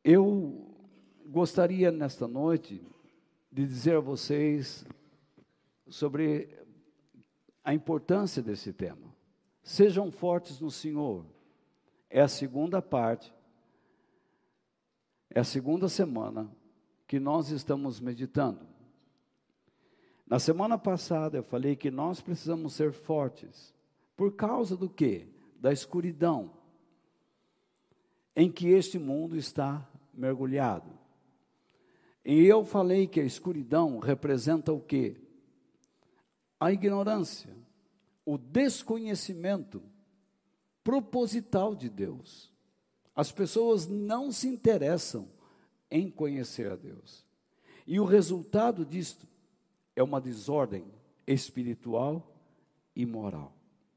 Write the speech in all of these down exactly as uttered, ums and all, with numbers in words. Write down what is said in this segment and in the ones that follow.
Eu gostaria nesta noite de dizer a vocês sobre a importância desse tema. Sejam fortes no Senhor. É a segunda parte, é a segunda semana que nós estamos meditando. Na semana passada eu falei que nós precisamos ser fortes. Por causa do quê? Da escuridão em que este mundo está mergulhado. E eu falei que a escuridão representa o quê? A ignorância, o desconhecimento proposital de Deus. As pessoas não se interessam em conhecer a Deus. E o resultado disto é uma desordem espiritual e moral.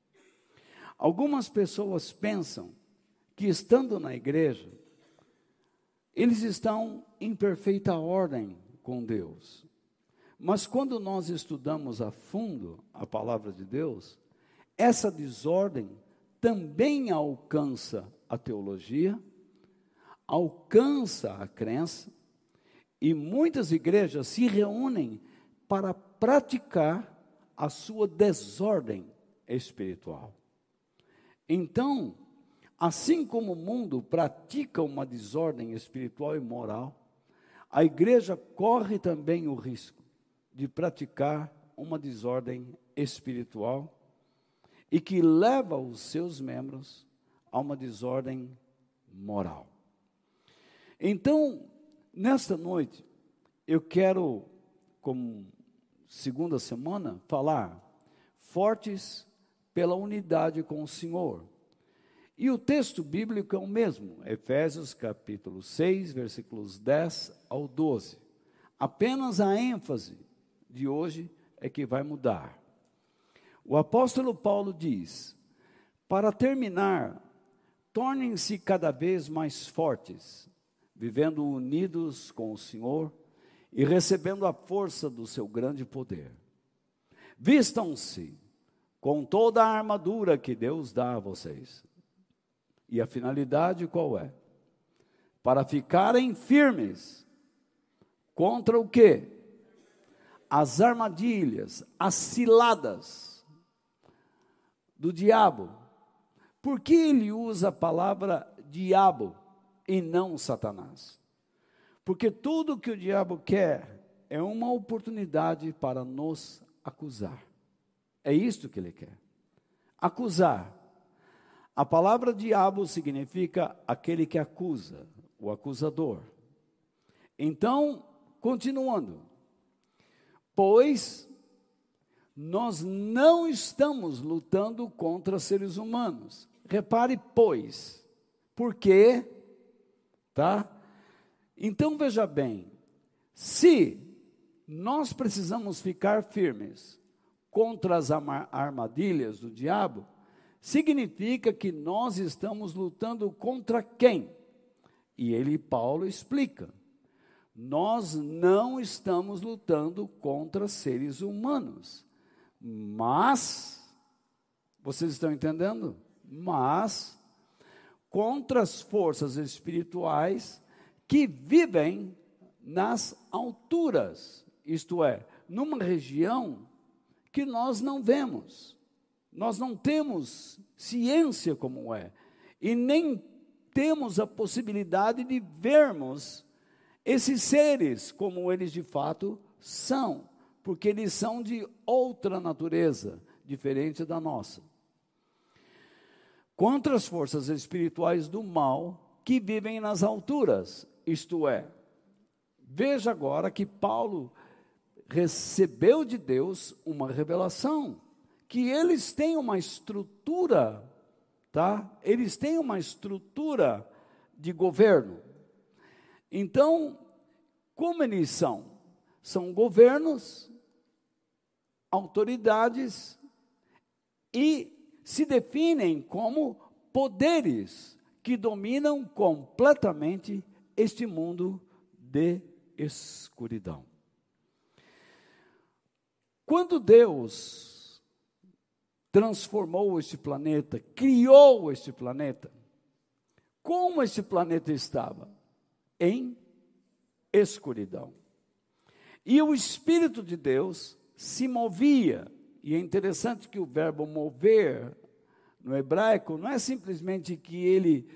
Algumas pessoas pensam que, estando na igreja, eles estão em perfeita ordem com Deus. Mas quando nós estudamos a fundo a palavra de Deus, essa desordem também alcança a teologia, alcança a crença, e muitas igrejas se reúnem para praticar a sua desordem espiritual. Então, assim como o mundo pratica uma desordem espiritual e moral, a igreja corre também o risco de praticar uma desordem espiritual e que leva os seus membros a uma desordem moral. Então, nesta noite, eu quero, como segunda semana, falar fortes pela unidade com o Senhor. E o texto bíblico é o mesmo, Efésios capítulo seis, versículos dez ao doze. Apenas a ênfase de hoje é que vai mudar. O apóstolo Paulo diz: para terminar, tornem-se cada vez mais fortes, vivendo unidos com o Senhor e recebendo a força do seu grande poder. Vistam-se com toda a armadura que Deus dá a vocês. E a finalidade qual é? Para ficarem firmes contra o quê? As armadilhas, as ciladas do diabo. Por que ele usa a palavra diabo e não Satanás? Porque tudo que o diabo quer é uma oportunidade para nos acusar. É isto que ele quer. Acusar. A palavra diabo significa aquele que acusa, o acusador. Então, continuando. Pois nós não estamos lutando contra seres humanos. Repare, pois. Por quê? Tá? Então, veja bem. Se nós precisamos ficar firmes contra as armadilhas do diabo, significa que nós estamos lutando contra quem? E ele, Paulo, explica. Nós não estamos lutando contra seres humanos. Mas, vocês estão entendendo? Mas, contra as forças espirituais que vivem nas alturas. Isto é, numa região que nós não vemos. Nós não temos ciência como é, e nem temos a possibilidade de vermos esses seres como eles de fato são, porque eles são de outra natureza, diferente da nossa. Contra as forças espirituais do mal que vivem nas alturas, isto é, veja agora que Paulo recebeu de Deus uma revelação, que eles têm uma estrutura, tá? Eles têm uma estrutura de governo. Então, como eles são? São governos, autoridades e se definem como poderes que dominam completamente este mundo de escuridão. Quando Deus transformou este planeta, criou este planeta, como este planeta estava? em escuridão. E o Espírito de Deus se movia, e é interessante que o verbo mover, no hebraico, não é simplesmente que ele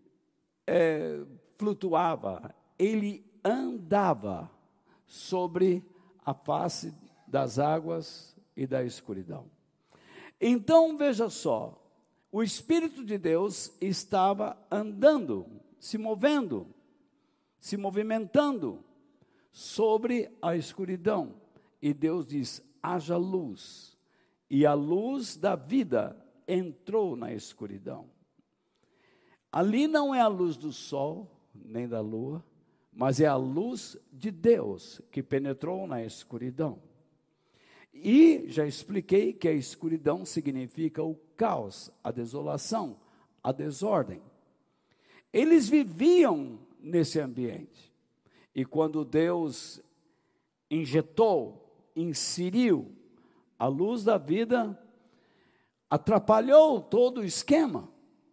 é, flutuava, ele andava sobre a face das águas e da escuridão. Então, veja só, o Espírito de Deus estava andando, se movendo, se movimentando sobre a escuridão. E Deus diz: haja luz. E a luz da vida entrou na escuridão. Ali não é a luz do sol, nem da lua, mas é a luz de Deus que penetrou na escuridão. E já expliquei que a escuridão significa o caos, a desolação, a desordem. Eles viviam nesse ambiente. E quando Deus injetou, inseriu a luz da vida, atrapalhou todo o esquema.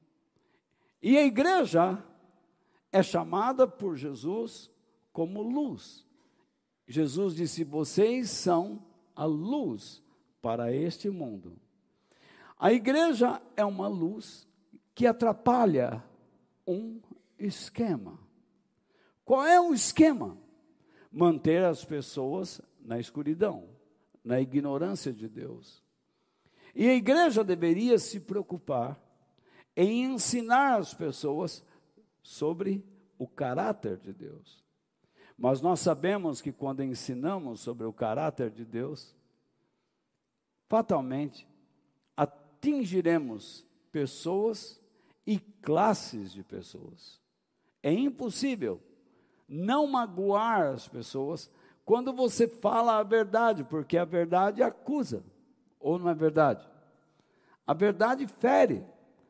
E a igreja é chamada por Jesus como luz. Jesus disse: vocês são a luz para este mundo. A igreja é uma luz que atrapalha um esquema. Qual é o esquema? Manter as pessoas na escuridão, na ignorância de Deus. E a igreja deveria se preocupar em ensinar as pessoas sobre o caráter de Deus. Mas nós sabemos que quando ensinamos sobre o caráter de Deus, fatalmente atingiremos pessoas e classes de pessoas. É impossível não magoar as pessoas quando você fala a verdade, porque a verdade acusa, ou não é verdade? A verdade fere.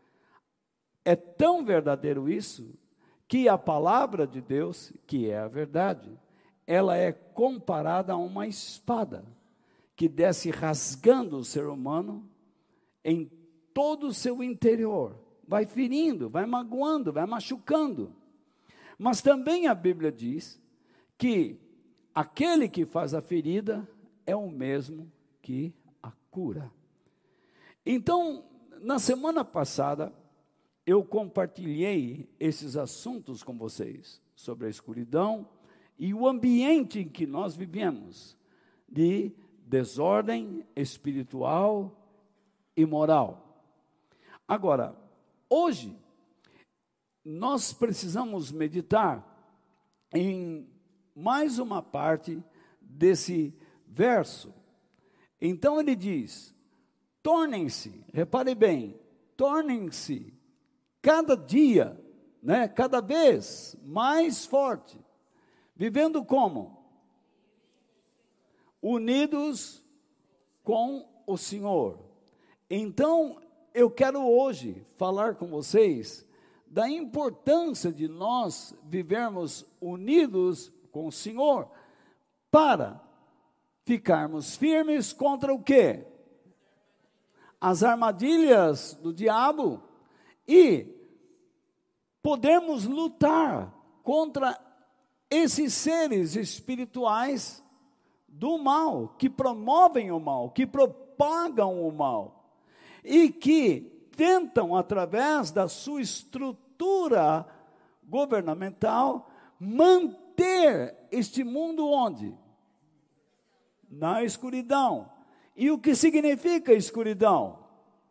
É tão verdadeiro isso, que a palavra de Deus, que é a verdade, ela é comparada a uma espada, que desce rasgando o ser humano em todo o seu interior, vai ferindo, vai magoando, vai machucando. Mas também a Bíblia diz que aquele que faz a ferida é o mesmo que a cura. Então, na semana passada, eu compartilhei esses assuntos com vocês, sobre a escuridão e o ambiente em que nós vivemos, de desordem espiritual e moral. Agora, hoje, nós precisamos meditar em mais uma parte desse verso. Então ele diz: tornem-se, repare bem, tornem-se cada dia, né, cada vez mais forte. Vivendo como? Unidos com o Senhor. Então, eu quero hoje falar com vocês da importância de nós vivermos unidos com o Senhor, para ficarmos firmes contra o quê? As armadilhas do diabo, e podermos lutar contra esses seres espirituais do mal, que promovem o mal, que propagam o mal, e que tentam, através da sua estrutura governamental, manter este mundo onde? Na escuridão. E o que significa escuridão?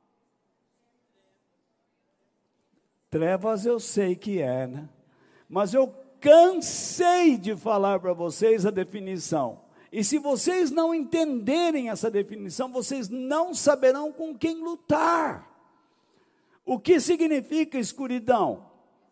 Trevas eu sei que é, né? Mas eu cansei de falar para vocês a definição. E se vocês não entenderem essa definição, vocês não saberão com quem lutar. O que significa escuridão?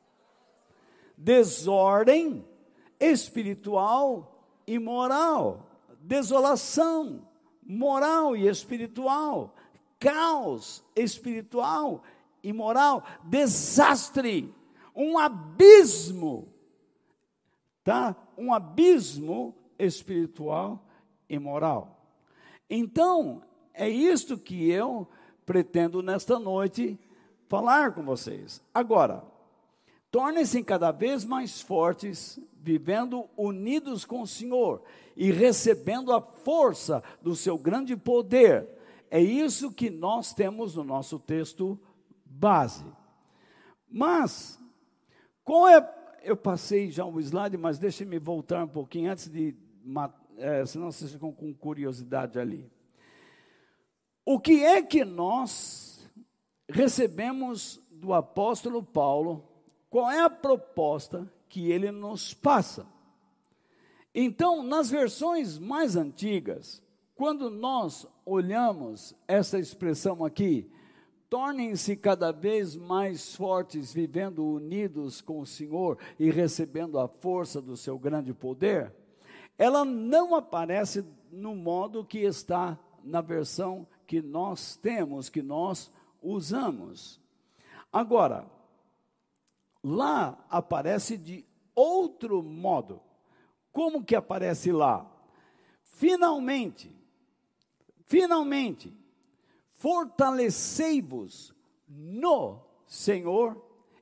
Desordem espiritual e moral. Desolação moral e espiritual. Caos espiritual e moral. Desastre. Um abismo. Tá? Um abismo espiritual e moral. Então, é isto que eu pretendo nesta noite falar com vocês. Agora, tornem-se cada vez mais fortes vivendo unidos com o Senhor e recebendo a força do seu grande poder. É isso que nós temos no nosso texto base. Mas, qual é, eu passei já o slide, mas deixe-me voltar um pouquinho antes de, é, senão vocês ficam com curiosidade ali. O que é que nós recebemos do apóstolo Paulo? Qual é a proposta que ele nos passa? Então, nas versões mais antigas, quando nós olhamos essa expressão aqui, tornem-se cada vez mais fortes, vivendo unidos com o Senhor e recebendo a força do seu grande poder, ela não aparece no modo que está na versão que nós temos, que nós usamos. Agora, lá aparece de outro modo. Como que aparece lá? Finalmente, finalmente, fortalecei-vos no Senhor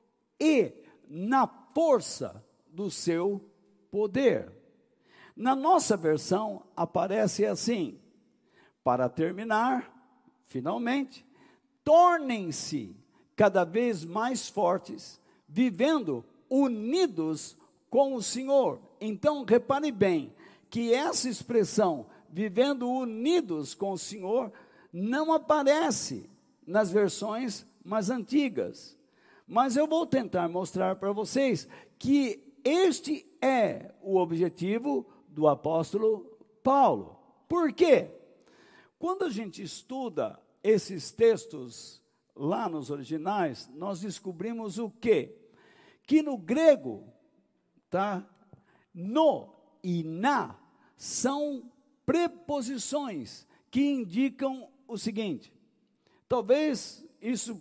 e na força do seu poder. Na nossa versão aparece assim: para terminar, finalmente, tornem-se cada vez mais fortes, vivendo unidos com o Senhor. Então, repare bem, que essa expressão, vivendo unidos com o Senhor, não aparece nas versões mais antigas. Mas eu vou tentar mostrar para vocês que este é o objetivo do apóstolo Paulo. Por quê? Quando a gente estuda esses textos lá nos originais, nós descobrimos o quê? Que no grego, tá? No e na são preposições que indicam o seguinte. Talvez isso,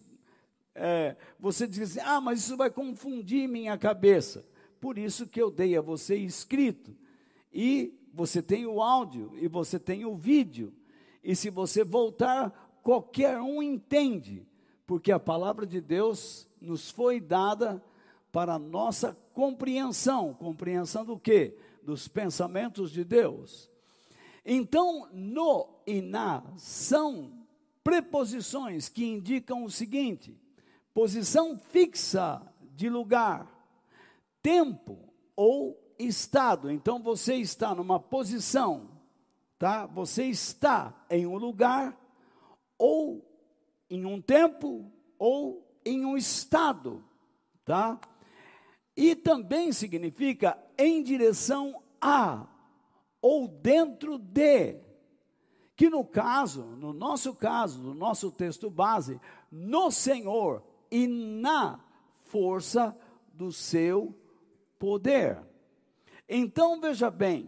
é, você diga assim, ah, mas isso vai confundir minha cabeça. Por isso que eu dei a você escrito. E você tem o áudio, e você tem o vídeo. E se você voltar, qualquer um entende. Porque a palavra de Deus nos foi dada para a nossa compreensão. Compreensão do quê? Dos pensamentos de Deus. Então, no e na são preposições que indicam o seguinte: posição fixa de lugar, tempo ou estado. Então, você está numa posição, tá? Você está em um lugar, ou em um tempo, ou em um estado, tá? E também significa em direção a, ou dentro de, que no caso, no nosso caso, no nosso texto base, no Senhor e na força do seu poder. Então, veja bem,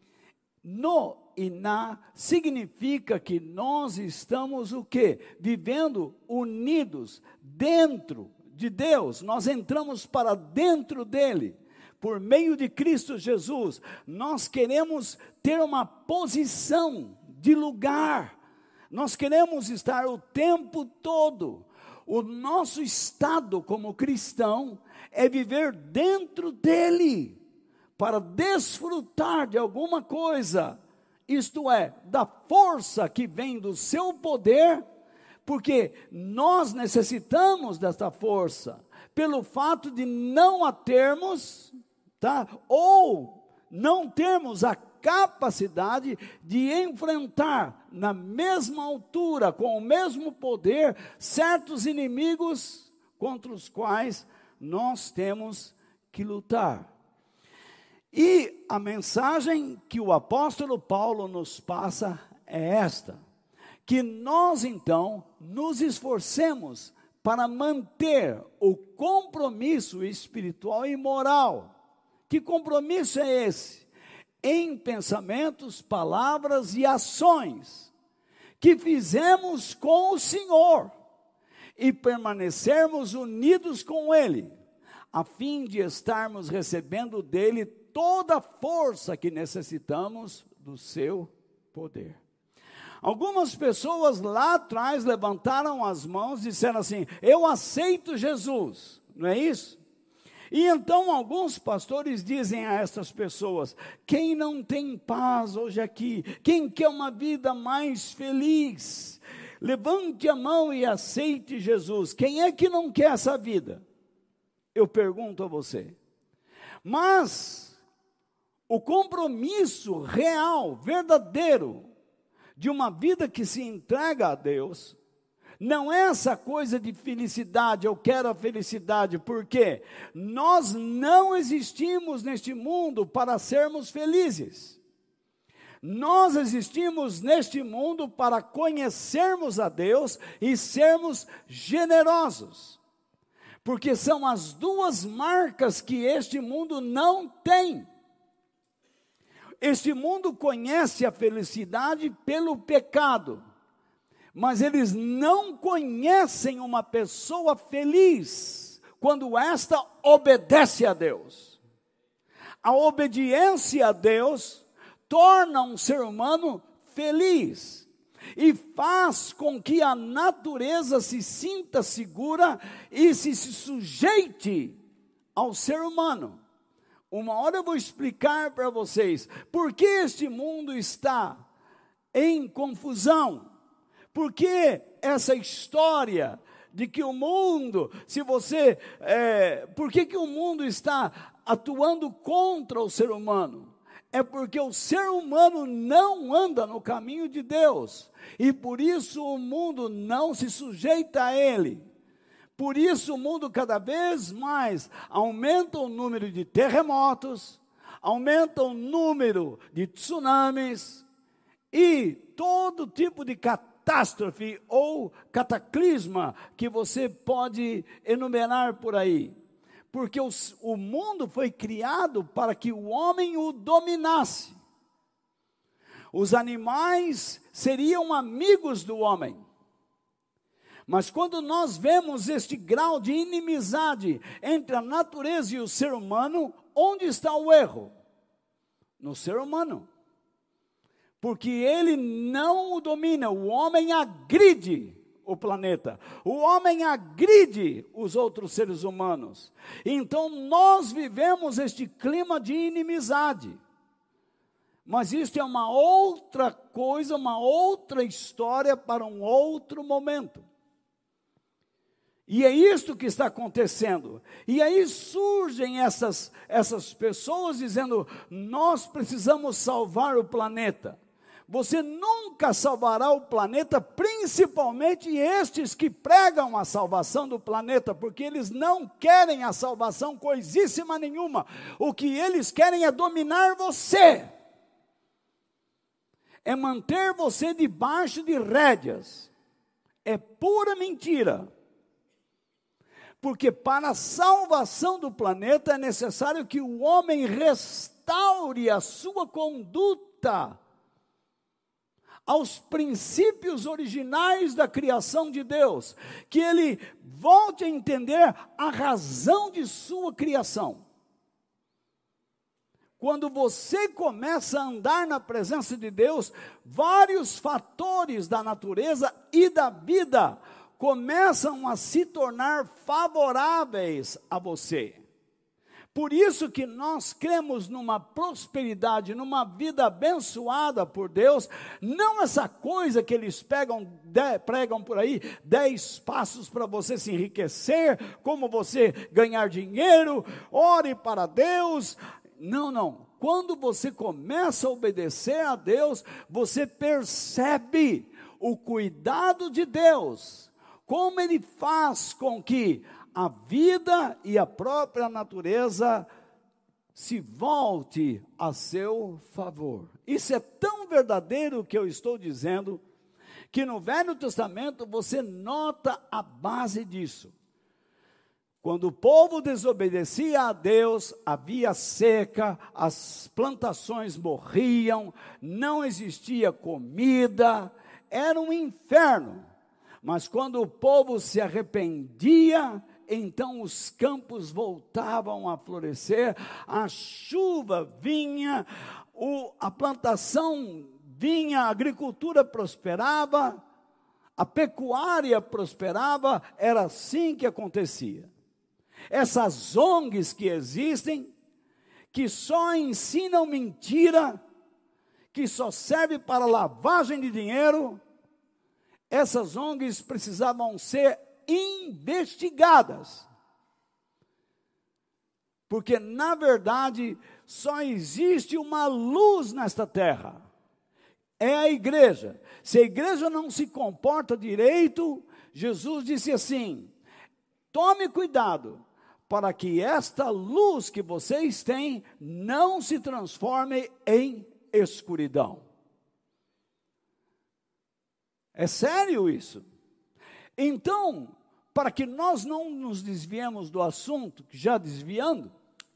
no e na significa que nós estamos o quê? Vivendo unidos dentro de Deus. Nós entramos para dentro dele. Por meio de Cristo Jesus, nós queremos ter uma posição de lugar. Nós queremos estar o tempo todo. O nosso estado como cristão é viver dentro dele, para desfrutar de alguma coisa, isto é, da força que vem do seu poder, porque nós necessitamos desta força, pelo fato de não a termos, tá? Ou não termos a capacidade de enfrentar na mesma altura, com o mesmo poder, certos inimigos contra os quais nós temos que lutar. E a mensagem que o apóstolo Paulo nos passa é esta: que nós então nos esforcemos para manter o compromisso espiritual e moral. Que compromisso é esse? Em pensamentos, palavras e ações que fizemos com o Senhor e permanecermos unidos com Ele, a fim de estarmos recebendo dele toda a força que necessitamos do seu poder. Algumas pessoas lá atrás levantaram as mãos e disseram assim: eu aceito Jesus, não é isso? E então alguns pastores dizem a essas pessoas: quem não tem paz hoje aqui, quem quer uma vida mais feliz, levante a mão e aceite Jesus. Quem é que não quer essa vida? Eu pergunto a você. Mas o compromisso real, verdadeiro, de uma vida que se entrega a Deus, não é essa coisa de felicidade, eu quero a felicidade, porque nós não existimos neste mundo para sermos felizes. Nós existimos neste mundo para conhecermos a Deus e sermos generosos. Porque são as duas marcas que este mundo não tem. Este mundo conhece a felicidade pelo pecado, mas eles não conhecem uma pessoa feliz quando esta obedece a Deus. A obediência a Deus torna um ser humano feliz e faz com que a natureza se sinta segura e se, se sujeite ao ser humano. Uma hora eu vou explicar para vocês por que este mundo está em confusão. Por que essa história de que o mundo, se você, é, por que que o mundo está atuando contra o ser humano? É porque o ser humano não anda no caminho de Deus, e por isso o mundo não se sujeita a ele. Por isso o mundo cada vez mais aumenta o número de terremotos, aumenta o número de tsunamis, e todo tipo de catástrofe, catástrofe ou cataclisma que você pode enumerar por aí. Porque o, o mundo foi criado para que o homem o dominasse. Os animais seriam amigos do homem. Mas quando nós vemos este grau de inimizade entre a natureza e o ser humano, onde está o erro? No ser humano. Porque ele não o domina, o homem agride o planeta, o homem agride os outros seres humanos. Então nós vivemos este clima de inimizade. Mas isto é uma outra coisa, uma outra história para um outro momento. E é isto que está acontecendo. E aí surgem essas, essas pessoas dizendo: nós precisamos salvar o planeta. Você nunca salvará o planeta, principalmente estes que pregam a salvação do planeta, porque eles não querem a salvação coisíssima nenhuma. O que eles querem é dominar você, é manter você debaixo de rédeas. É pura mentira. Porque para a salvação do planeta é necessário que o homem restaure a sua conduta aos princípios originais da criação de Deus, que ele volte a entender a razão de sua criação. Quando você começa a andar na presença de Deus, vários fatores da natureza e da vida começam a se tornar favoráveis a você. Por isso que nós cremos numa prosperidade, numa vida abençoada por Deus, não essa coisa que eles pegam, de, pregam por aí, dez passos para você se enriquecer, como você ganhar dinheiro, ore para Deus. Não, não. Quando você começa a obedecer a Deus, você percebe o cuidado de Deus, como Ele faz com que a vida e a própria natureza se volte a seu favor. Isso é tão verdadeiro que eu estou dizendo, que no Velho Testamento você nota a base disso. Quando o povo desobedecia a Deus, havia seca, as plantações morriam, não existia comida, era um inferno. Mas quando o povo se arrependia, então os campos voltavam a florescer, a chuva vinha, o, a plantação vinha, a agricultura prosperava, a pecuária prosperava, era assim que acontecia. essas O N Gs que existem, que só ensinam mentira, que só serve para lavagem de dinheiro, essas O N Gs precisavam ser investigadas. Porque, na verdade, só existe uma luz nesta terra. É a igreja. Se a igreja não se comporta direito, Jesus disse assim: tome cuidado, para que esta luz que vocês têm não se transforme em escuridão. É sério isso. Então, para que nós não nos desviemos do assunto, já desviando,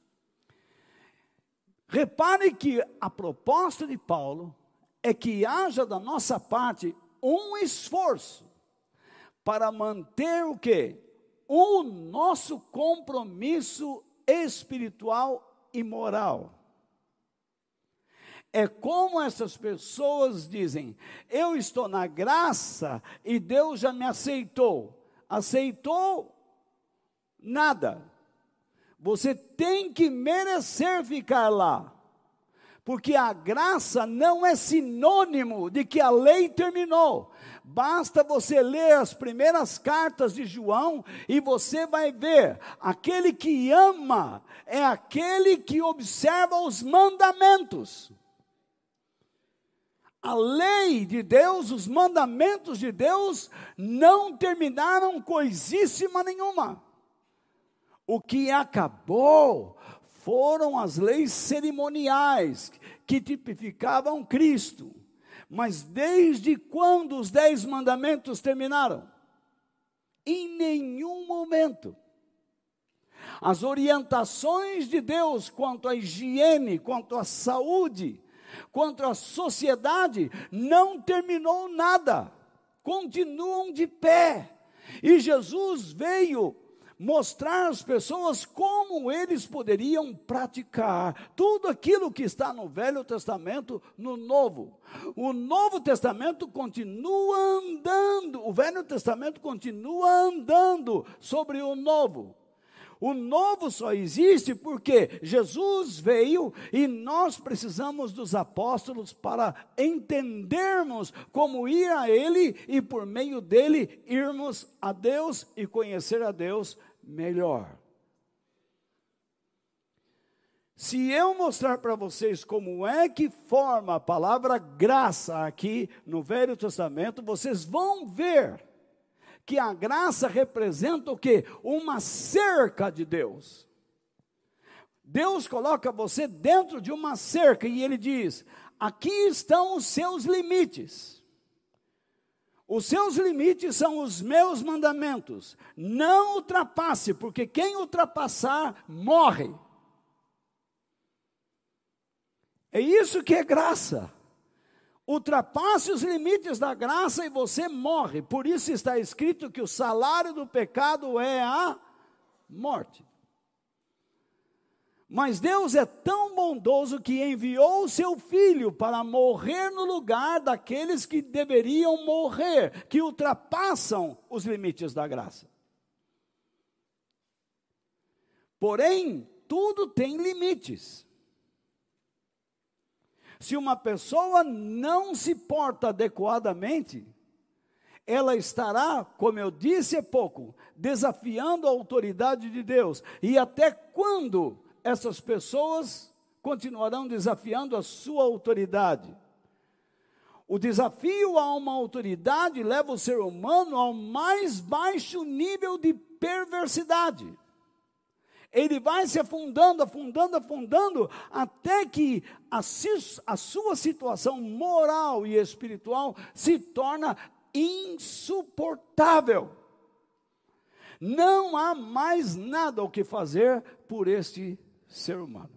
repare que a proposta de Paulo é que haja da nossa parte um esforço para manter o quê? O nosso compromisso espiritual e moral. É como essas pessoas dizem: eu estou na graça e Deus já me aceitou. Aceitou? Nada. Você tem que merecer ficar lá. Porque a graça não é sinônimo de que a lei terminou. Basta você ler as primeiras cartas de João e você vai ver, aquele que ama é aquele que observa os mandamentos. A lei de Deus, os mandamentos de Deus não terminaram coisíssima nenhuma. O que acabou foram as leis cerimoniais que tipificavam Cristo. Mas desde quando os dez mandamentos terminaram? Em nenhum momento. As orientações de Deus quanto à higiene, quanto à saúde, quanto à sociedade, não terminou nada. Continuam de pé. E Jesus veio mostrar às pessoas como eles poderiam praticar tudo aquilo que está no Velho Testamento, no Novo. O Novo Testamento continua andando, o Velho Testamento continua andando sobre o Novo. O Novo só existe porque Jesus veio e nós precisamos dos apóstolos para entendermos como ir a Ele e por meio dele irmos a Deus e conhecer a Deus melhor. Se eu mostrar para vocês como é que forma a palavra graça aqui no Velho Testamento, vocês vão ver que a graça representa o quê? Uma cerca de Deus. Deus coloca você dentro de uma cerca e Ele diz: aqui estão os seus limites. Os seus limites são os meus mandamentos. Não ultrapasse, porque quem ultrapassar, morre. É isso que é graça. Ultrapasse os limites da graça e você morre. Por isso está escrito que o salário do pecado é a morte. Mas Deus é tão bondoso que enviou o seu Filho para morrer no lugar daqueles que deveriam morrer, que ultrapassam os limites da graça. Porém, tudo tem limites. Se uma pessoa não se porta adequadamente, ela estará, como eu disse há pouco, desafiando a autoridade de Deus. E até quando essas pessoas continuarão desafiando a sua autoridade? O desafio a uma autoridade leva o ser humano ao mais baixo nível de perversidade. Ele vai se afundando, afundando, afundando, até que a, a sua situação moral e espiritual se torna insuportável. Não há mais nada o que fazer por este ser humano.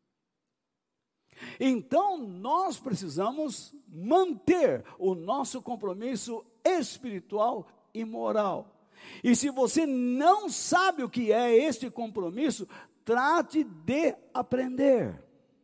Então, nós precisamos manter o nosso compromisso espiritual e moral. E se você não sabe o que é este compromisso, trate de aprender.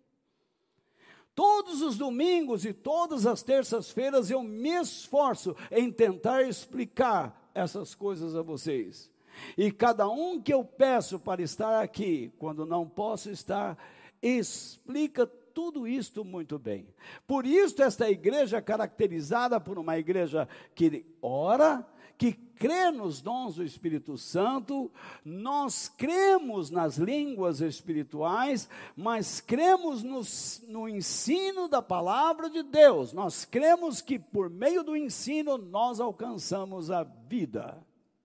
Todos os domingos e todas as terças-feiras eu me esforço em tentar explicar essas coisas a vocês. E cada um que eu peço para estar aqui, quando não posso estar, explica tudo isto muito bem. Por isso esta igreja é caracterizada por uma igreja que ora, que crê nos dons do Espírito Santo, nós cremos nas línguas espirituais, mas cremos nos, no ensino da palavra de Deus, nós cremos que por meio do ensino nós alcançamos a vida.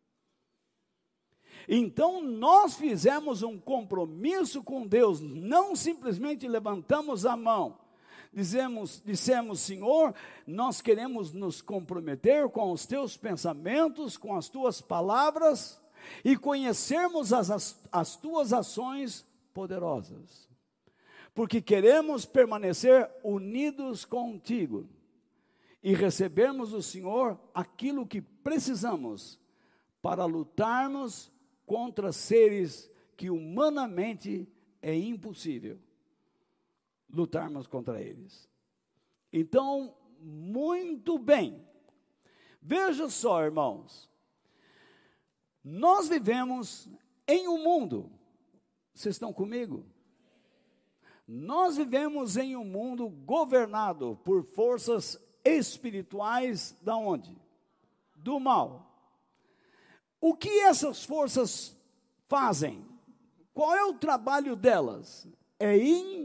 Então nós fizemos um compromisso com Deus, não simplesmente levantamos a mão, dizemos, dissemos, Senhor, nós queremos nos comprometer com os teus pensamentos, com as tuas palavras, e conhecermos as, as, as tuas ações poderosas, porque queremos permanecer unidos contigo, e recebermos do Senhor aquilo que precisamos, para lutarmos contra seres que humanamente é impossível lutarmos contra eles. Então, muito bem, veja só, irmãos, nós vivemos em um mundo, vocês estão comigo? Nós vivemos em um mundo governado por forças espirituais, da onde? Do mal. O que essas forças fazem? Qual é o trabalho delas? É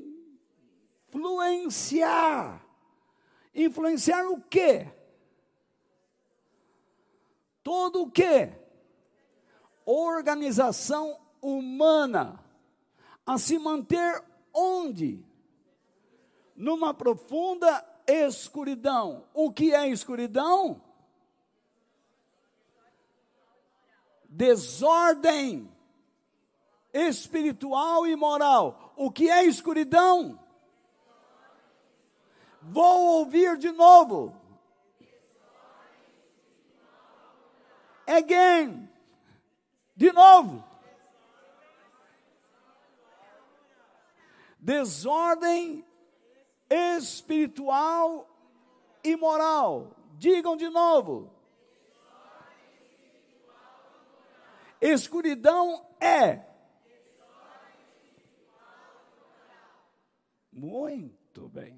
influenciar. Influenciar o quê? Todo o quê? Organização humana. A se manter onde? Numa profunda escuridão. O que é escuridão? Desordem espiritual e moral. O que é escuridão? Vou ouvir de novo. Again. De novo. Desordem espiritual e moral. Digam de novo. Escuridão é. Muito bem.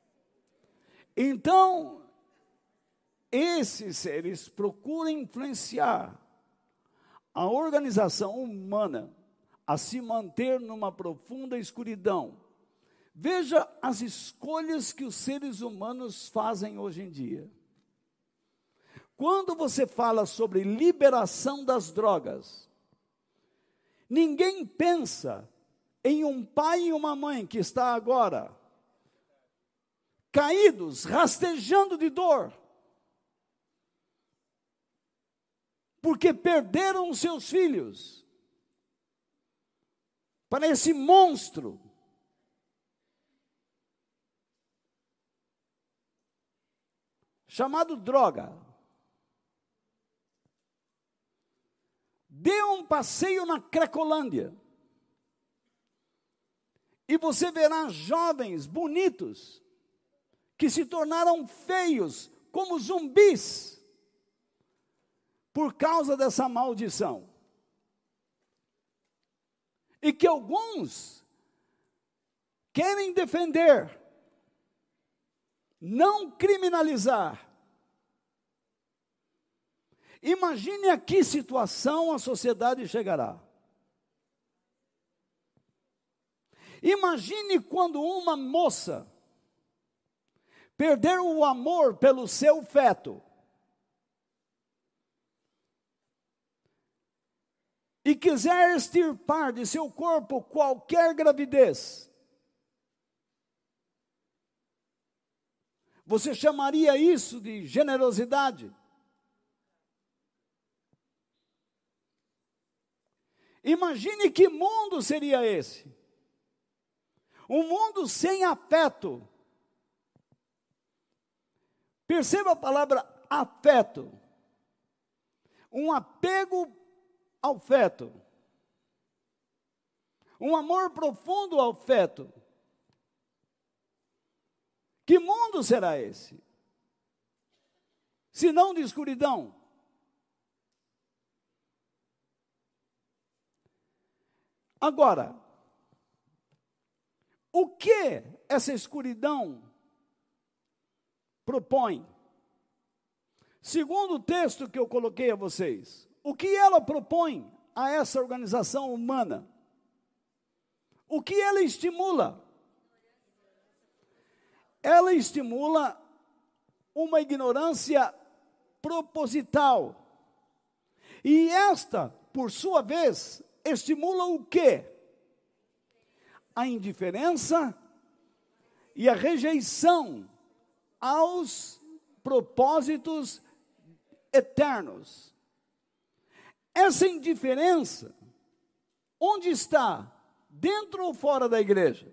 Então, esses seres procuram influenciar a organização humana a se manter numa profunda escuridão. Veja as escolhas que os seres humanos fazem hoje em dia. Quando você fala sobre liberação das drogas, ninguém pensa em um pai e uma mãe que está agora caídos, rastejando de dor, porque perderam seus filhos para esse monstro. Chamado droga. Dê um passeio na Cracolândia e você verá jovens bonitos que se tornaram feios como zumbis por causa dessa maldição. E que alguns querem defender, não criminalizar. Imagine a que situação a sociedade chegará. Imagine quando uma moça perder o amor pelo seu feto e quiser extirpar de seu corpo qualquer gravidez. Você chamaria isso de generosidade? Imagine que mundo seria esse. Um mundo sem afeto. Perceba a palavra afeto. Um apego ao feto. Um amor profundo ao feto. Que mundo será esse? Se não de escuridão. Agora, o que essa escuridão propõe? Segundo o texto que eu coloquei a vocês, o que ela propõe a essa organização humana? O que ela estimula? Ela estimula uma ignorância proposital. E esta, por sua vez, estimula o quê? A indiferença e a rejeição aos propósitos eternos. Essa indiferença, onde está? Dentro ou fora da igreja?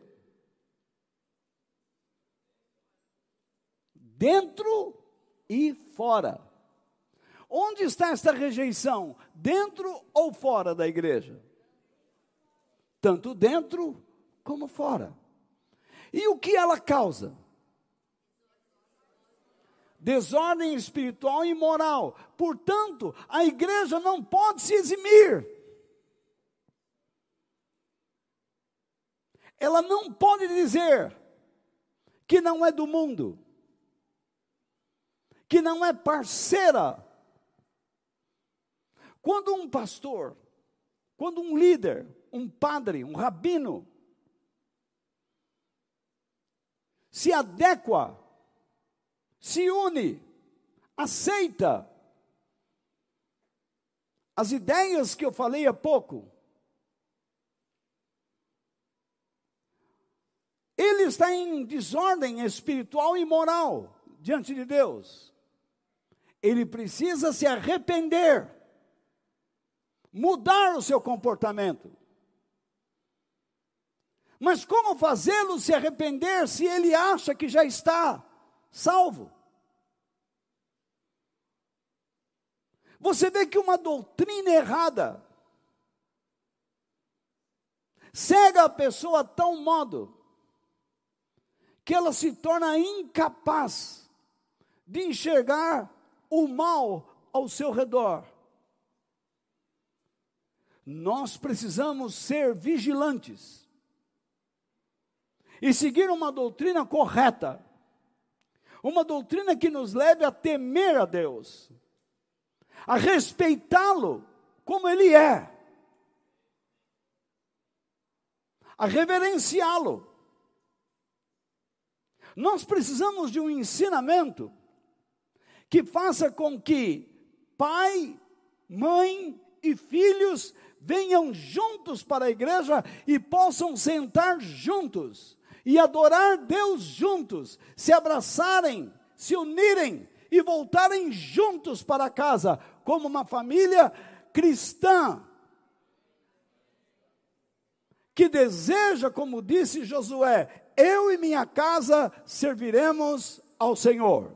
Dentro e fora. Onde está esta rejeição? Dentro ou fora da igreja? Tanto dentro como fora. E o que ela causa? Desordem espiritual e moral. Portanto, a igreja não pode se eximir. Ela não pode dizer que não é do mundo, que não é parceira. Quando um pastor, quando um líder, um padre, um rabino, se adequa, se une, aceita as ideias que eu falei há pouco, ele está em desordem espiritual e moral diante de Deus. Ele precisa se arrepender, mudar o seu comportamento. Mas como fazê-lo se arrepender se ele acha que já está salvo? Você vê que uma doutrina errada cega a pessoa a tal modo que ela se torna incapaz de enxergar o mal ao seu redor. Nós precisamos ser vigilantes e seguir uma doutrina correta, uma doutrina que nos leve a temer a Deus, a respeitá-lo como Ele é, a reverenciá-lo. Nós precisamos de um ensinamento que faça com que pai, mãe e filhos venham juntos para a igreja e possam sentar juntos e adorar Deus juntos, se abraçarem, se unirem e voltarem juntos para casa, como uma família cristã, que deseja, como disse Josué, eu e minha casa serviremos ao Senhor.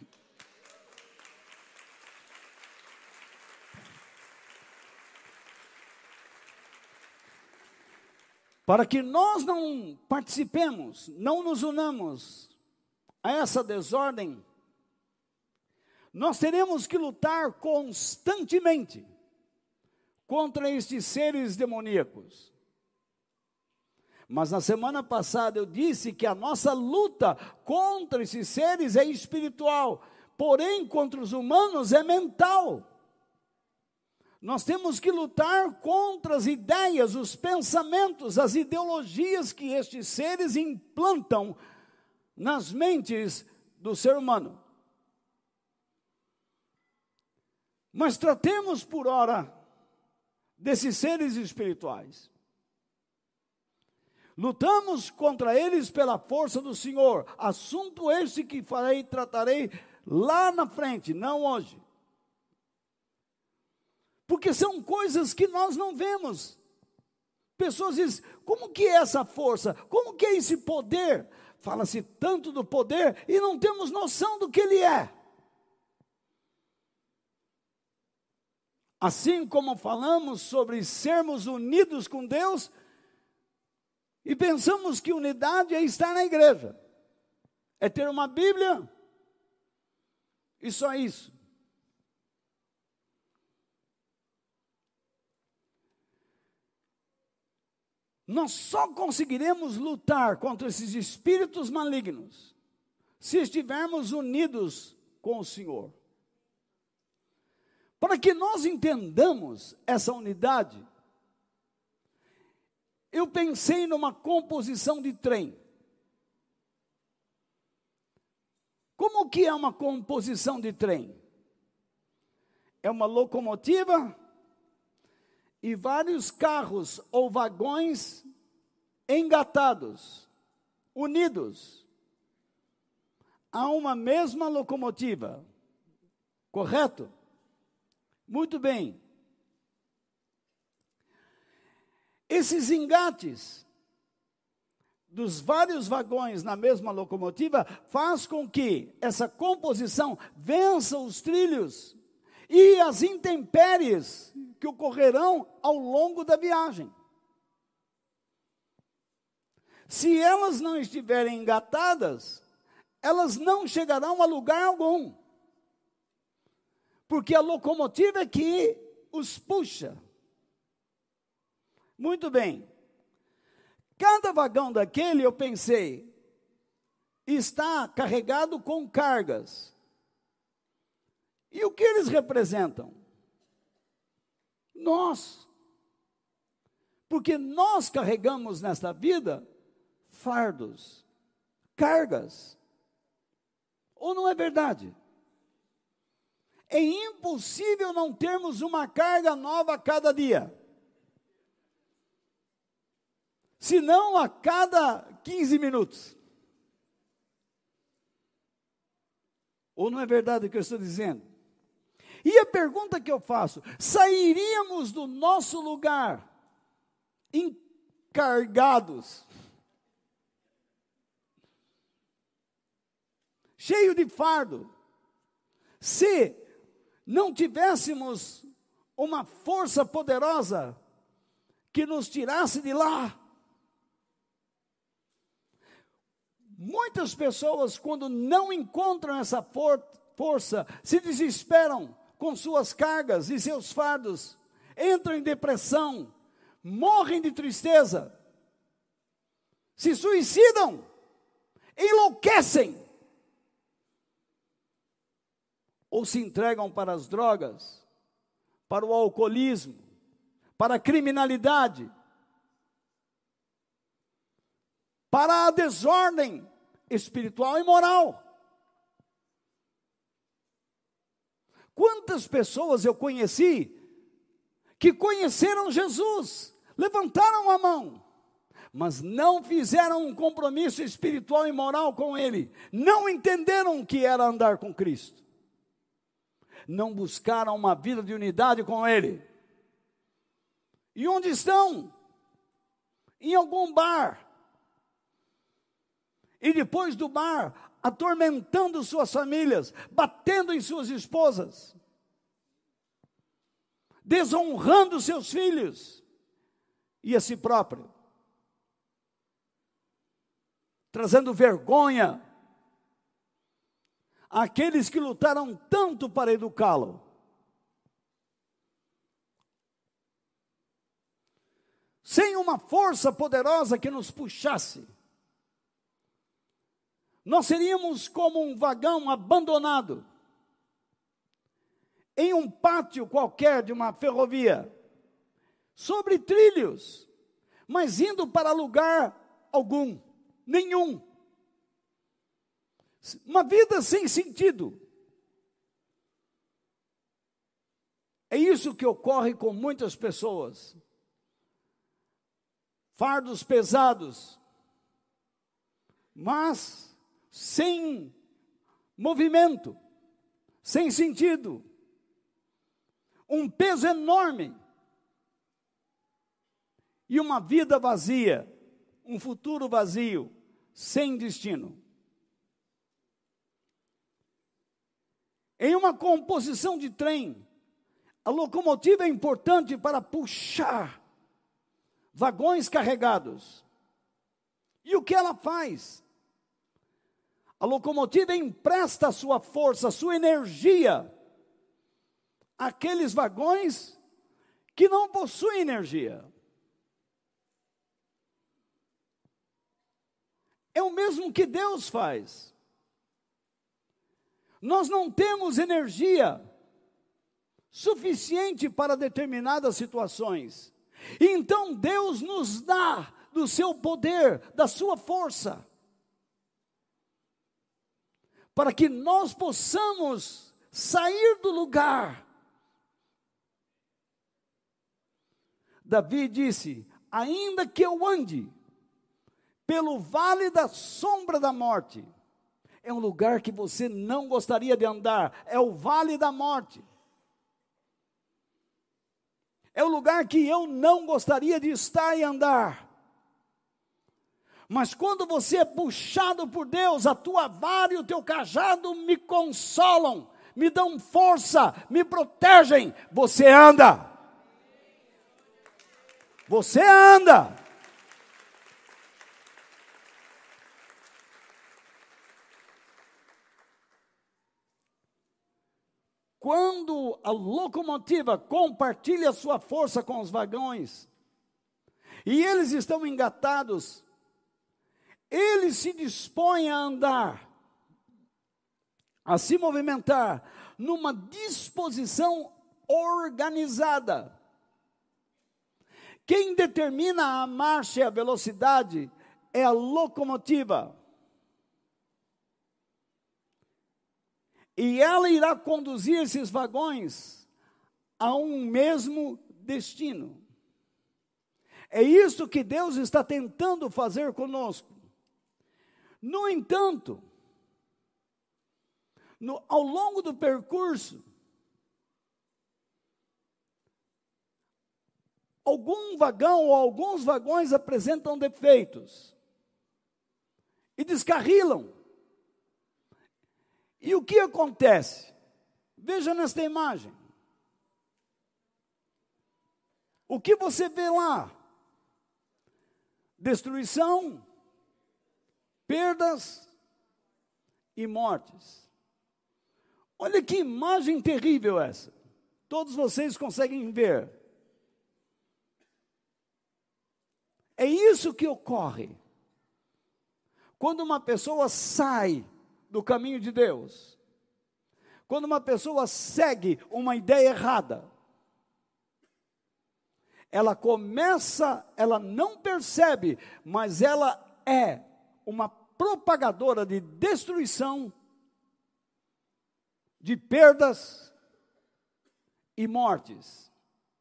Para que nós não participemos, não nos unamos a essa desordem, nós teremos que lutar constantemente contra estes seres demoníacos. Mas na semana passada eu disse que a nossa luta contra esses seres é espiritual, porém contra os humanos é mental. Nós temos que lutar contra as ideias, os pensamentos, as ideologias que estes seres implantam nas mentes do ser humano. Mas tratemos por ora desses seres espirituais. Lutamos contra eles pela força do Senhor. Assunto este que farei, tratarei lá na frente, não hoje. Porque são coisas que nós não vemos. Pessoas dizem, como que é essa força? Como que é esse poder? Fala-se tanto do poder e não temos noção do que ele é. Assim como falamos sobre sermos unidos com Deus, e pensamos que unidade é estar na igreja, é ter uma Bíblia, e só isso. Nós só conseguiremos lutar contra esses espíritos malignos se estivermos unidos com o Senhor. Para que nós entendamos essa unidade, eu pensei numa composição de trem. Como que é uma composição de trem? É uma locomotiva e vários carros ou vagões engatados, unidos a uma mesma locomotiva. Correto? Muito bem. Esses engates dos vários vagões na mesma locomotiva faz com que essa composição vença os trilhos e as intempéries que ocorrerão ao longo da viagem. Se elas não estiverem engatadas, elas não chegarão a lugar algum, porque a locomotiva é que os puxa. Muito bem. Cada vagão daquele, eu pensei, está carregado com cargas. E o que eles representam? Nós. Porque nós carregamos nesta vida fardos, cargas. Ou não é verdade? É impossível não termos uma carga nova a cada dia. Se não a cada quinze minutos. Ou não é verdade o que eu estou dizendo? E a pergunta que eu faço, sairíamos do nosso lugar encargados, cheio de fardo, se não tivéssemos uma força poderosa que nos tirasse de lá? Muitas pessoas, quando não encontram essa for- força, se desesperam com suas cargas e seus fardos, entram em depressão, morrem de tristeza, se suicidam, enlouquecem, ou se entregam para as drogas, para o alcoolismo, para a criminalidade, para a desordem espiritual e moral. Quantas pessoas eu conheci que conheceram Jesus, levantaram a mão, mas não fizeram um compromisso espiritual e moral com Ele, não entenderam o que era andar com Cristo, não buscaram uma vida de unidade com Ele. E onde estão? Em algum bar. E depois do bar, atormentando suas famílias, batendo em suas esposas, desonrando seus filhos e a si próprio, trazendo vergonha àqueles que lutaram tanto para educá-lo. Sem uma força poderosa que nos puxasse, nós seríamos como um vagão abandonado em um pátio qualquer de uma ferrovia, sobre trilhos, mas indo para lugar algum, nenhum. Uma vida sem sentido. É isso que ocorre com muitas pessoas. Fardos pesados, mas sem movimento, sem sentido, um peso enorme, e uma vida vazia, um futuro vazio, sem destino. Em uma composição de trem, a locomotiva é importante para puxar vagões carregados. E o que ela faz? A locomotiva empresta a sua força, a sua energia àqueles vagões que não possuem energia. É o mesmo que Deus faz. Nós não temos energia suficiente para determinadas situações. Então Deus nos dá do seu poder, da sua força, para que nós possamos sair do lugar. Davi disse: ainda que eu ande pelo vale da sombra da morte, é um lugar que você não gostaria de andar, é o vale da morte. É o lugar que eu não gostaria de estar e andar. Mas quando você é puxado por Deus, a tua vara e o teu cajado me consolam, me dão força, me protegem, você anda. Você anda. Quando a locomotiva compartilha sua força com os vagões, e eles estão engatados, eles se dispõem a andar, a se movimentar, numa disposição organizada. Quem determina a marcha e a velocidade é a locomotiva. E ela irá conduzir esses vagões a um mesmo destino. É isso que Deus está tentando fazer conosco. No entanto, no, ao longo do percurso, algum vagão ou alguns vagões apresentam defeitos e descarrilam. E o que acontece? Veja nesta imagem. O que você vê lá? Destruição, perdas e mortes. Olha que imagem terrível essa. Todos vocês conseguem ver. É isso que ocorre quando uma pessoa sai do caminho de Deus, quando uma pessoa segue uma ideia errada. Ela começa, ela não percebe, mas ela é uma propagadora de destruição, de perdas e mortes.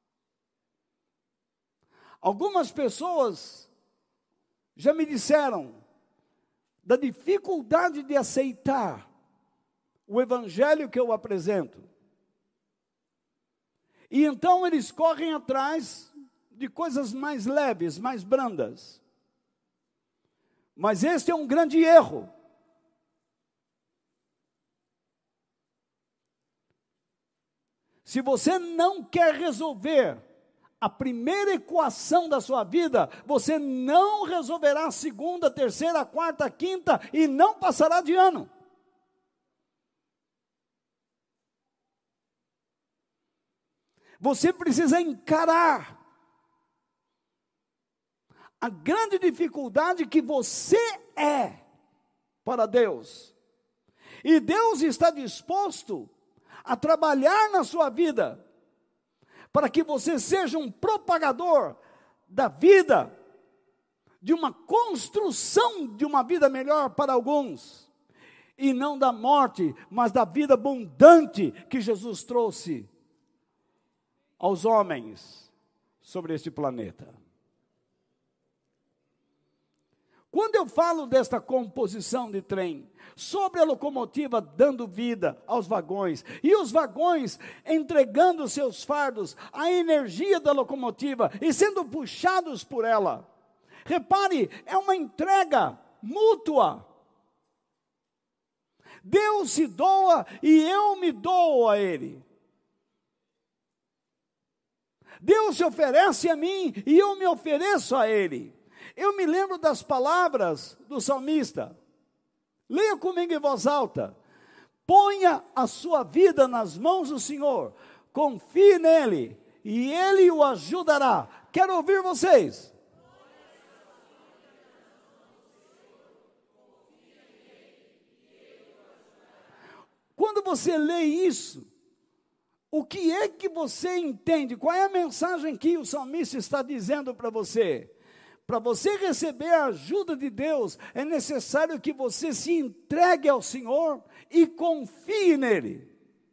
Algumas pessoas já me disseram da dificuldade de aceitar o evangelho que eu apresento. E então eles correm atrás de coisas mais leves, mais brandas. Mas este é um grande erro. Se você não quer resolver a primeira equação da sua vida, você não resolverá a segunda, terceira, quarta, quinta e não passará de ano. Você precisa encarar a grande dificuldade que você é para Deus. E Deus está disposto a trabalhar na sua vida para que você seja um propagador da vida, de uma construção de uma vida melhor para alguns, e não da morte, mas da vida abundante que Jesus trouxe aos homens sobre este planeta. Quando eu falo desta composição de trem, sobre a locomotiva dando vida aos vagões, e os vagões entregando seus fardos à energia da locomotiva e sendo puxados por ela, repare, é uma entrega mútua. Deus se doa e eu me dou a Ele. Deus se oferece a mim e eu me ofereço a Ele. Eu me lembro das palavras do salmista. Leia comigo em voz alta. Ponha a sua vida nas mãos do Senhor. Confie nele e Ele o ajudará. Quero ouvir vocês. quando você lê isso, o que é que você entende? Qual é a mensagem que o salmista está dizendo para você? Para você receber a ajuda de Deus, é necessário que você se entregue ao Senhor e confie nele.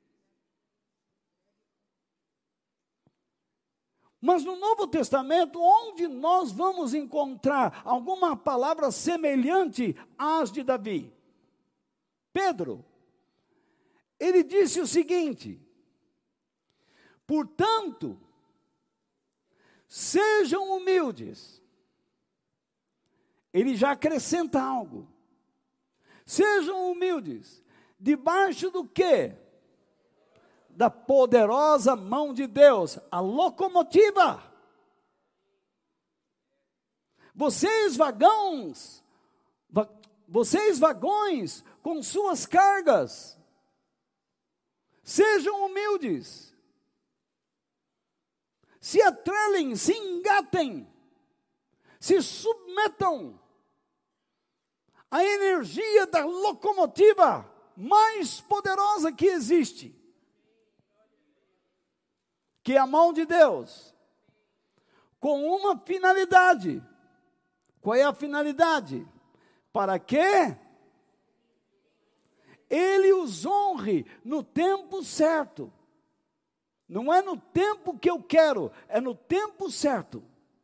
Mas no Novo Testamento, onde nós vamos encontrar alguma palavra semelhante às de Davi? Pedro, ele disse o seguinte: portanto, sejam humildes. Ele já acrescenta algo. Sejam humildes, debaixo do quê? Da poderosa mão de Deus, a locomotiva. Vocês vagões, va, vocês vagões com suas cargas, sejam humildes. Se atrelem, se engatem, se submetam à energia da locomotiva mais poderosa que existe, que é a mão de Deus, com uma finalidade. Qual é a finalidade? Para que Ele os honre no tempo certo. Não é no tempo que eu quero, é no tempo certo.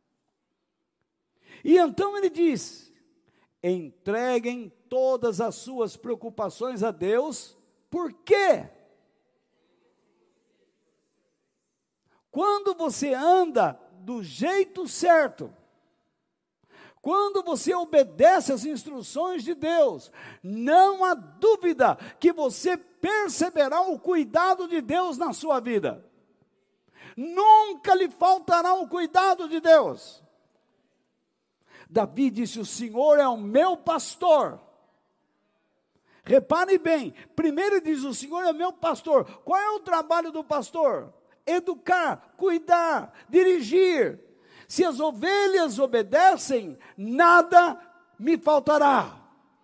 E então ele diz: entreguem todas as suas preocupações a Deus. Por quê? Quando você anda do jeito certo, quando você obedece às instruções de Deus, não há dúvida que você perceberá o cuidado de Deus na sua vida. Nunca lhe faltará o cuidado de Deus. Davi disse: o Senhor é o meu pastor. Repare bem, primeiro diz: o Senhor é o meu pastor. Qual é o trabalho do pastor? Educar, cuidar, dirigir. Se as ovelhas obedecem, nada me faltará.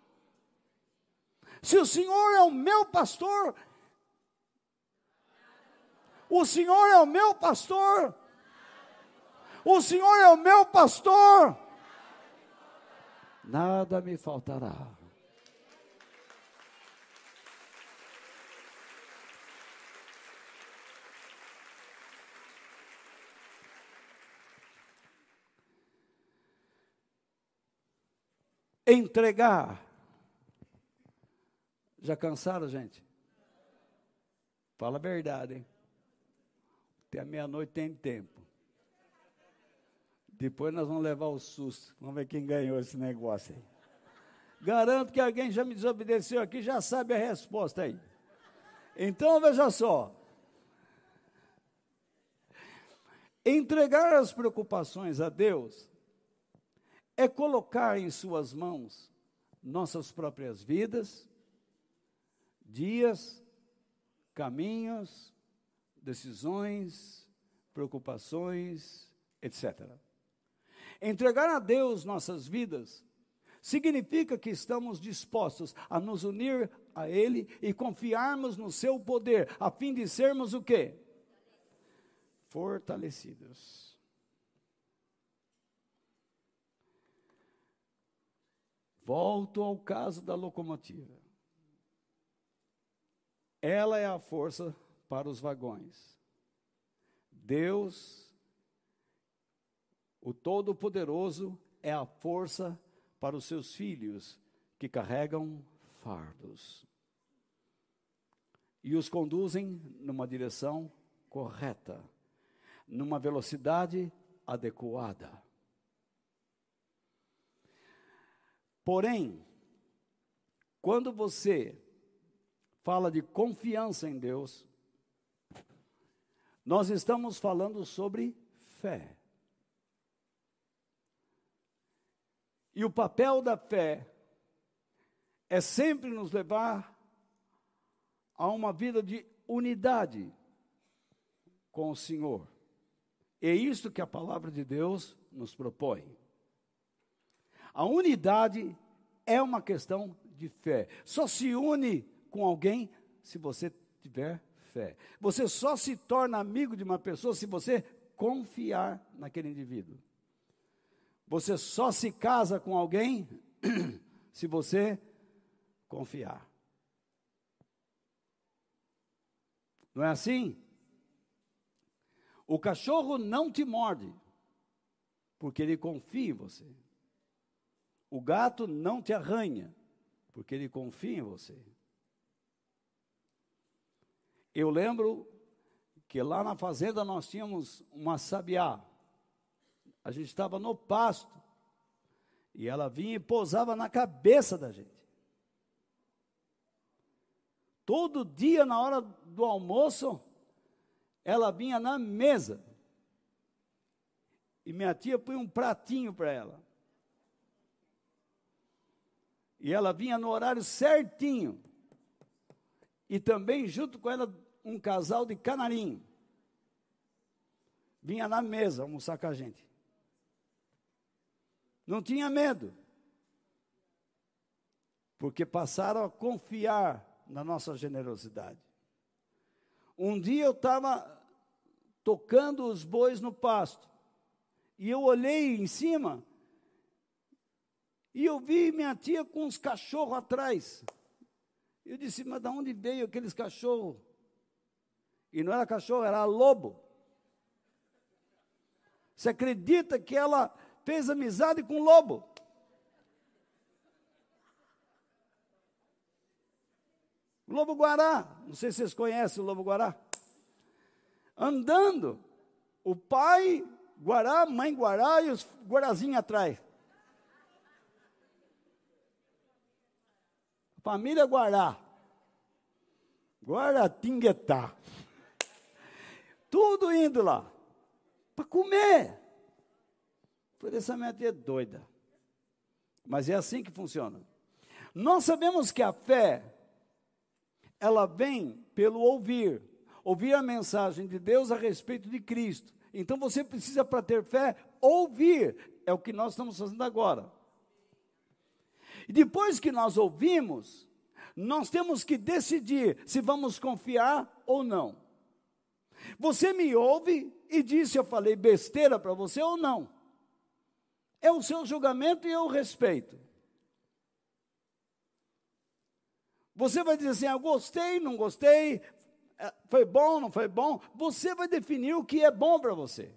Se o Senhor é o meu pastor, o Senhor é o meu pastor, o Senhor é o meu pastor, nada me faltará. Entregar. Já cansaram, gente? Fala a verdade, hein? Até a meia-noite tem tempo. Depois nós vamos levar o susto. Vamos ver quem ganhou esse negócio aí. Garanto que alguém já me desobedeceu aqui, já sabe a resposta aí. Então, veja só. Entregar as preocupações a Deus é colocar em suas mãos nossas próprias vidas, dias, caminhos, decisões, preocupações, etcétera. Entregar a Deus nossas vidas significa que estamos dispostos a nos unir a Ele e confiarmos no seu poder, a fim de sermos o quê? Fortalecidos. Volto ao caso da locomotiva. Ela é a força para os vagões. Deus, o Todo-Poderoso, é a força para os seus filhos que carregam fardos e os conduzem numa direção correta, numa velocidade adequada. Porém, quando você fala de confiança em Deus, nós estamos falando sobre fé. E o papel da fé é sempre nos levar a uma vida de unidade com o Senhor. É isso que a palavra de Deus nos propõe. A unidade é uma questão de fé. Só se une com alguém se você tiver fé. Você só se torna amigo de uma pessoa se você confiar naquele indivíduo. Você só se casa com alguém se você confiar. Não é assim? O cachorro não te morde, porque ele confia em você. O gato não te arranha, porque ele confia em você. Eu lembro que lá na fazenda nós tínhamos uma sabiá. A gente estava no pasto, e ela vinha e pousava na cabeça da gente. Todo dia, na hora do almoço, ela vinha na mesa. E minha tia põe um pratinho para ela. E ela vinha no horário certinho. E também, junto com ela, um casal de canarinho. Vinha na mesa almoçar com a gente. Não tinha medo. Porque passaram a confiar na nossa generosidade. Um dia eu estava tocando os bois no pasto. E eu olhei em cima. E eu vi minha tia com uns cachorros atrás. Eu disse, mas de onde veio aqueles cachorros? E não era cachorro, era lobo. Você acredita que ela fez amizade com lobo? Lobo-guará, não sei se vocês conhecem o lobo-guará. Andando, o pai guará, mãe guará e os guarazinhos atrás. Família Guará, Guaratinguetá, tudo indo lá, para comer. Falei, essa minha tia é doida, mas é assim que funciona. Nós sabemos que a fé, ela vem pelo ouvir, ouvir a mensagem de Deus a respeito de Cristo. Então você precisa, para ter fé, ouvir, é o que nós estamos fazendo agora. E depois que nós ouvimos, nós temos que decidir se vamos confiar ou não. Você me ouve e diz se eu falei besteira para você ou não. É o seu julgamento e eu respeito. Você vai dizer assim, ah, gostei, não gostei, foi bom, não foi bom. Você vai definir o que é bom para você.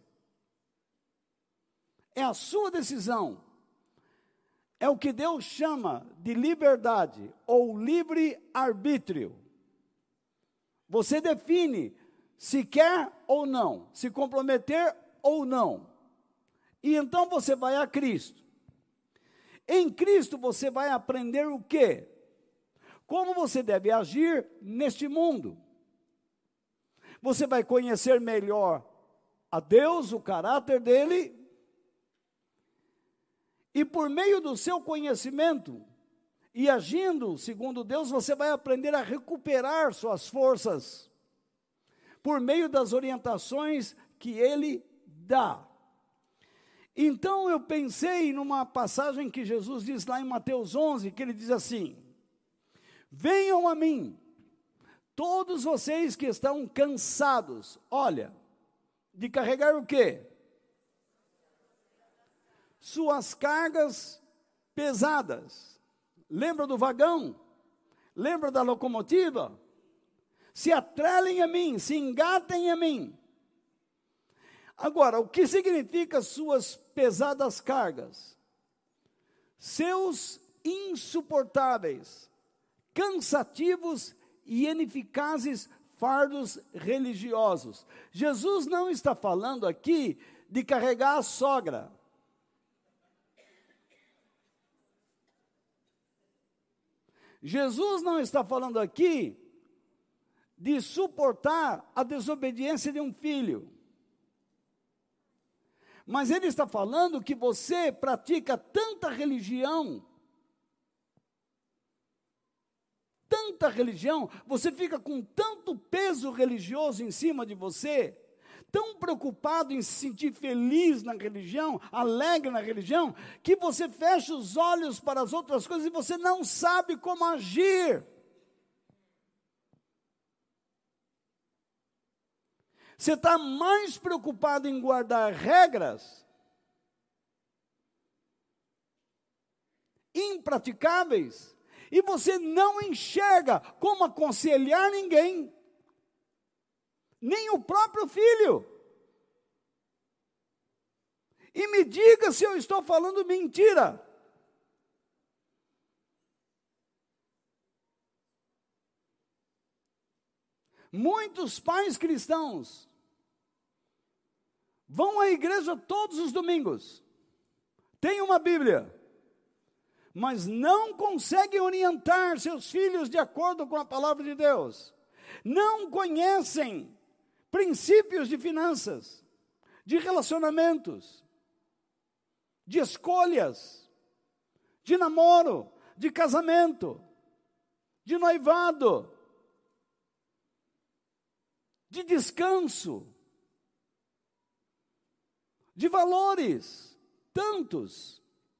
É a sua decisão. É o que Deus chama de liberdade ou livre-arbítrio. Você define se quer ou não, se comprometer ou não. E então você vai a Cristo. Em Cristo você vai aprender o quê? Como você deve agir neste mundo. Você vai conhecer melhor a Deus, o caráter dele. E por meio do seu conhecimento e agindo segundo Deus, você vai aprender a recuperar suas forças por meio das orientações que Ele dá. Então eu pensei numa passagem que Jesus diz lá em Mateus onze, que Ele diz assim, venham a mim, todos vocês que estão cansados, olha, de carregar o quê? Suas cargas pesadas. Lembra do vagão? Lembra da locomotiva? Se atrelem a mim, se engatem a mim. Agora, o que significa suas pesadas cargas? Seus insuportáveis, cansativos e ineficazes fardos religiosos. Jesus não está falando aqui de carregar a sogra. Jesus não está falando aqui de suportar a desobediência de um filho. Mas ele está falando que você pratica tanta religião, tanta religião, você fica com tanto peso religioso em cima de você, tão preocupado em se sentir feliz na religião, alegre na religião, que você fecha os olhos para as outras coisas e você não sabe como agir. Você está mais preocupado em guardar regras impraticáveis, e você não enxerga como aconselhar ninguém, nem o próprio filho. E me diga se eu estou falando mentira. Muitos pais cristãos vão à igreja todos os domingos, têm uma Bíblia, mas não conseguem orientar seus filhos de acordo com a palavra de Deus. Não conhecem princípios de finanças, de relacionamentos, de escolhas, de namoro, de casamento, de noivado, de descanso, de valores, tantos.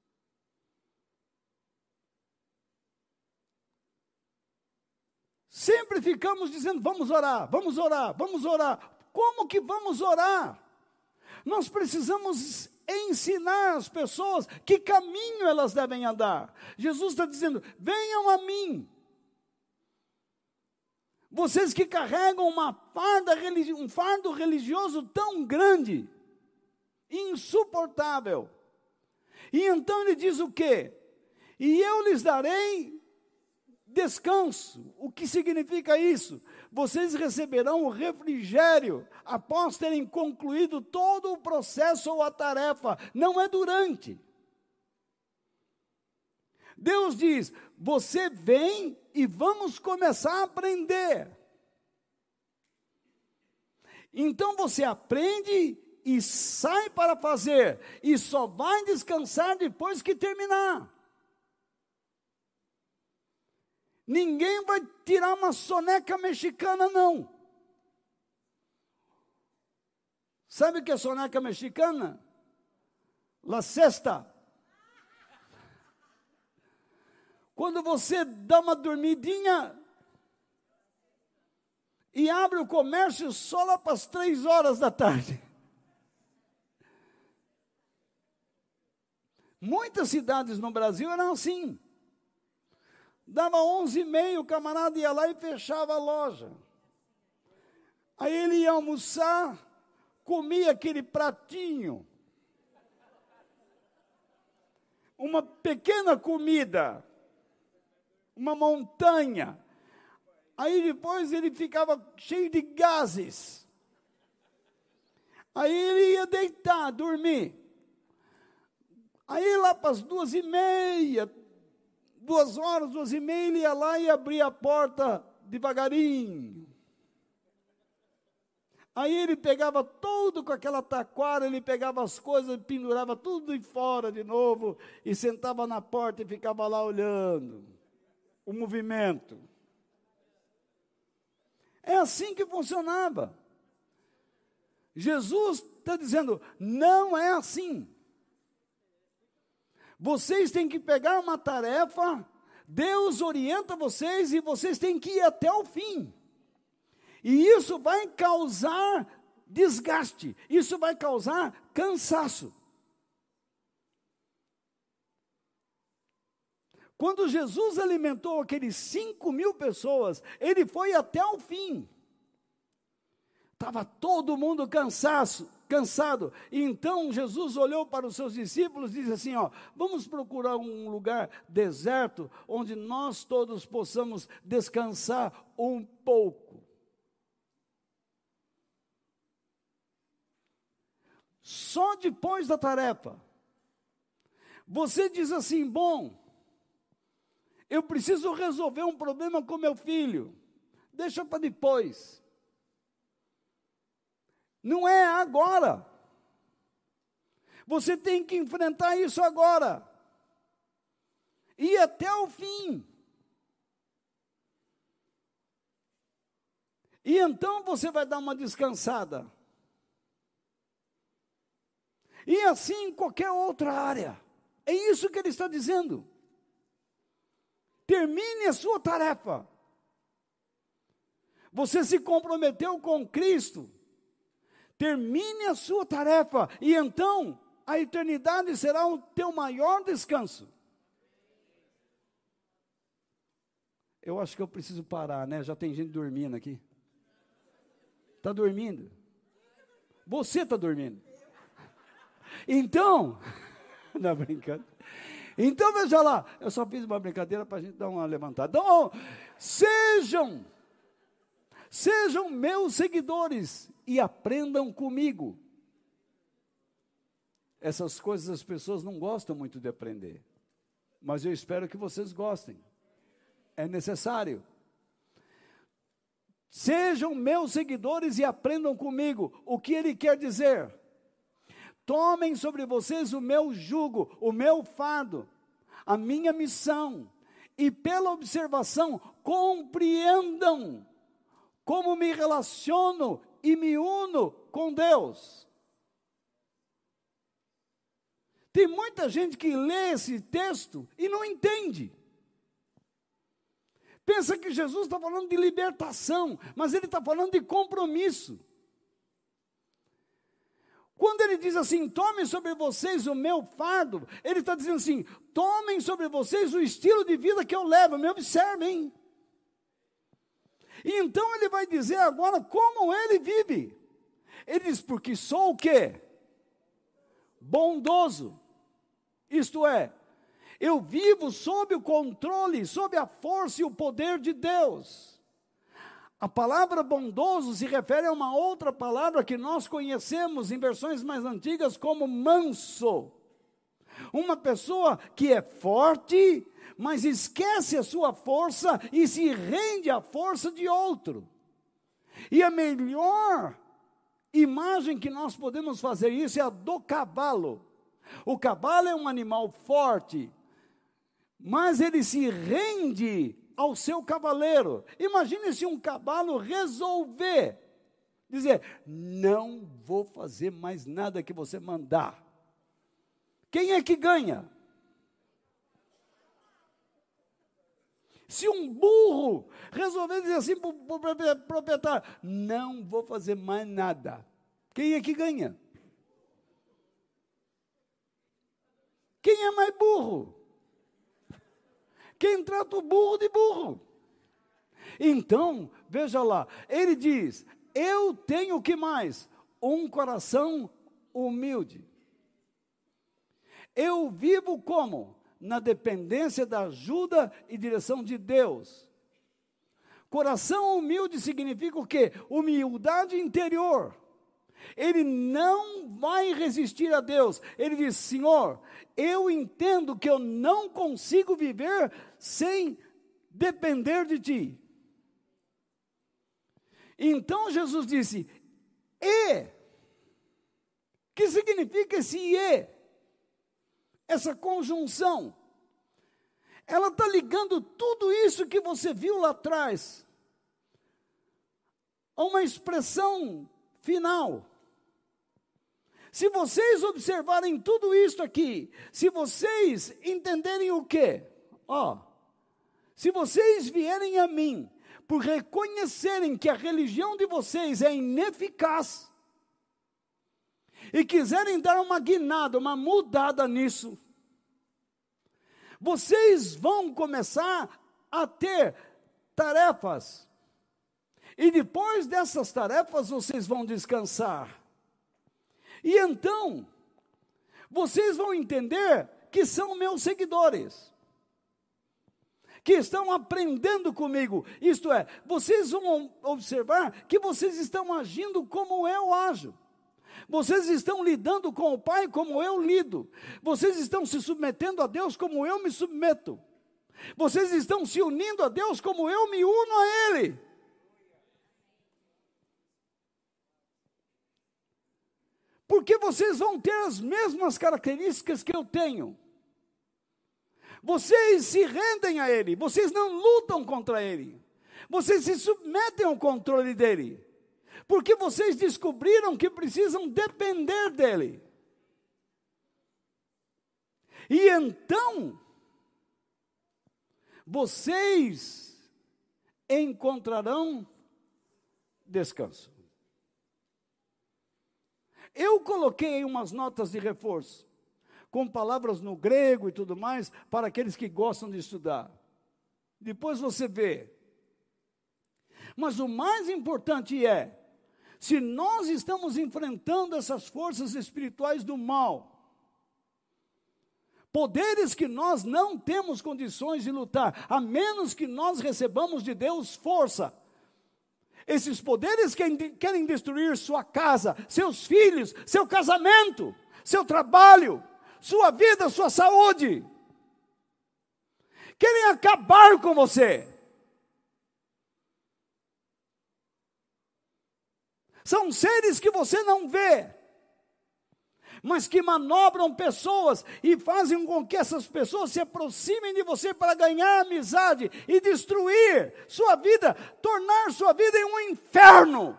Sempre ficamos dizendo, vamos orar, vamos orar, vamos orar. Como que vamos orar? Nós precisamos ensinar as pessoas que caminho elas devem andar. Jesus está dizendo, venham a mim. Vocês que carregam uma farda, um fardo religioso tão grande, insuportável. E então ele diz o quê? E eu lhes darei descanso. O que significa isso? Vocês receberão o refrigério após terem concluído todo o processo ou a tarefa. Não é durante. Deus diz, você vem e vamos começar a aprender. Então você aprende e sai para fazer. E só vai descansar depois que terminar. Ninguém vai tirar uma soneca mexicana, não. Sabe o que é soneca mexicana? La siesta. Quando você dá uma dormidinha e abre o comércio só lá para as três horas da tarde. Muitas cidades no Brasil eram assim. Dava onze e meia, o camarada ia lá e fechava a loja. Aí ele ia almoçar, comia aquele pratinho. Uma pequena comida, uma montanha. Aí depois ele ficava cheio de gases. Aí ele ia deitar, dormir. Aí lá para as duas e meia, duas horas, duas e meia, ele ia lá e abria a porta devagarinho. Aí ele pegava tudo com aquela taquara, ele pegava as coisas, pendurava tudo em fora de novo, e sentava na porta e ficava lá olhando o movimento. É assim que funcionava. Jesus está dizendo, não é assim. Vocês têm que pegar uma tarefa, Deus orienta vocês e vocês têm que ir até o fim. E isso vai causar desgaste, isso vai causar cansaço. Quando Jesus alimentou aqueles cinco mil pessoas, ele foi até o fim. Estava todo mundo cansaço, cansado. E então Jesus olhou para os seus discípulos e disse assim, ó, vamos procurar um lugar deserto, onde nós todos possamos descansar um pouco. Só depois da tarefa, você diz assim, bom, eu preciso resolver um problema com meu filho, deixa para depois. Não é agora. Você tem que enfrentar isso agora. E até o fim. E então você vai dar uma descansada. E assim em qualquer outra área. É isso que ele está dizendo. Termine a sua tarefa. Você se comprometeu com Cristo. termine a sua tarefa, e então a eternidade será o teu maior descanso. Eu acho que eu preciso parar, né? Já tem gente dormindo aqui. Está dormindo? Você está dormindo. Então, não brincando. Então veja lá, eu só fiz uma brincadeira para a gente dar uma levantada. Então, sejam, sejam meus seguidores e aprendam comigo. Essas coisas as pessoas não gostam muito de aprender, mas eu espero que vocês gostem. É necessário. Sejam meus seguidores e aprendam comigo. O que ele quer dizer? Tomem sobre vocês o meu jugo, o meu fardo, a minha missão, e pela observação compreendam como me relaciono e me uno com Deus. Tem muita gente que lê esse texto e não entende. Pensa que Jesus está falando de libertação, mas ele está falando de compromisso. Quando ele diz assim, tomem sobre vocês o meu fardo, ele está dizendo assim, tomem sobre vocês o estilo de vida que eu levo, me observem. E então ele vai dizer agora como ele vive. Ele diz, porque sou o quê? Bondoso. Isto é, eu vivo sob o controle, sob a força e o poder de Deus. A palavra bondoso se refere a uma outra palavra que nós conhecemos em versões mais antigas como manso. Uma pessoa que é forte, mas esquece a sua força e se rende à força de outro. E a melhor imagem que nós podemos fazer isso é a do cavalo. O cavalo é um animal forte, mas ele se rende ao seu cavaleiro. Imagine se um cavalo resolver dizer, não vou fazer mais nada que você mandar. Quem é que ganha? Se um burro resolver dizer assim para o proprietário, não vou fazer mais nada, quem é que ganha? Quem é mais burro? Quem trata o burro de burro. Então, veja lá, ele diz, eu tenho o que mais? Um coração humilde. Eu vivo como? Na dependência da ajuda e direção de Deus. Coração humilde significa o quê? Humildade interior. Ele não vai resistir a Deus. Ele diz, Senhor, eu entendo que eu não consigo viver sem depender de Ti. Então Jesus disse, e, que significa esse e? Essa conjunção? Ela está ligando tudo isso que você viu lá atrás a uma expressão final. Se vocês observarem tudo isso aqui, se vocês entenderem o quê? Ó, se vocês vierem a mim, por reconhecerem que a religião de vocês é ineficaz, e quiserem dar uma guinada, uma mudada nisso, vocês vão começar a ter tarefas, e depois dessas tarefas vocês vão descansar. E então, vocês vão entender que são meus seguidores, que estão aprendendo comigo, isto é, vocês vão observar que vocês estão agindo como eu ajo, vocês estão lidando com o Pai como eu lido, vocês estão se submetendo a Deus como eu me submeto, vocês estão se unindo a Deus como eu me uno a Ele. Porque vocês vão ter as mesmas características que eu tenho. Vocês se rendem a Ele, vocês não lutam contra Ele, vocês se submetem ao controle dEle, porque vocês descobriram que precisam depender dEle. E então, vocês encontrarão descanso. Eu coloquei umas notas de reforço, com palavras no grego e tudo mais, para aqueles que gostam de estudar. Depois você vê. Mas o mais importante é, se nós estamos enfrentando essas forças espirituais do mal, poderes que nós não temos condições de lutar, a menos que nós recebamos de Deus força. Esses poderes que querem destruir sua casa, seus filhos, seu casamento, seu trabalho, sua vida, sua saúde. Querem acabar com você. São seres que você não vê, mas que manobram pessoas e fazem com que essas pessoas se aproximem de você para ganhar amizade e destruir sua vida, tornar sua vida em um inferno.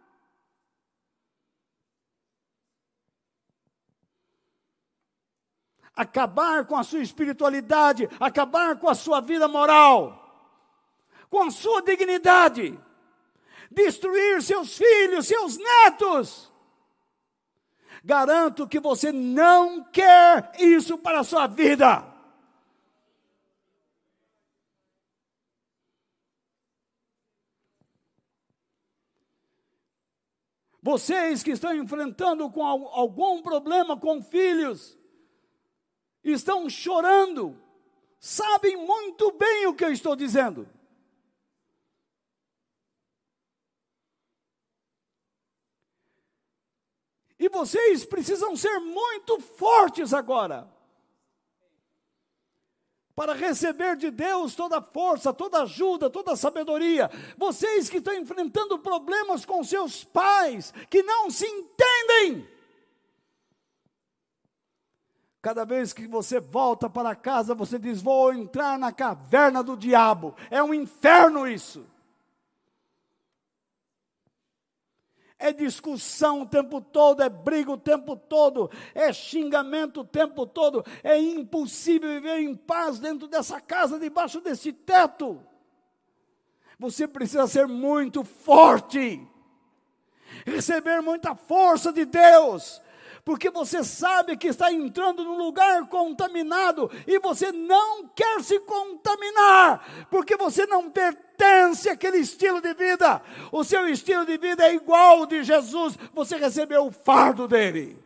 Acabar com a sua espiritualidade, acabar com a sua vida moral, com a sua dignidade, destruir seus filhos, seus netos. Garanto que você não quer isso para a sua vida. Vocês que estão enfrentando com algum problema com filhos, estão chorando, sabem muito bem o que eu estou dizendo. E vocês precisam ser muito fortes agora, para receber de Deus toda a força, toda a ajuda, toda a sabedoria. Vocês que estão enfrentando problemas com seus pais, que não se entendem. Cada vez que você volta para casa, você diz, vou entrar na caverna do diabo. É um inferno isso. É discussão o tempo todo, é briga o tempo todo, é xingamento o tempo todo. É impossível viver em paz dentro dessa casa, debaixo desse teto. Você precisa ser muito forte, receber muita força de Deus, porque você sabe que está entrando num lugar contaminado e você não quer se contaminar, porque você não pertence àquele estilo de vida. O seu estilo de vida é igual ao de Jesus, você recebeu o fardo dele.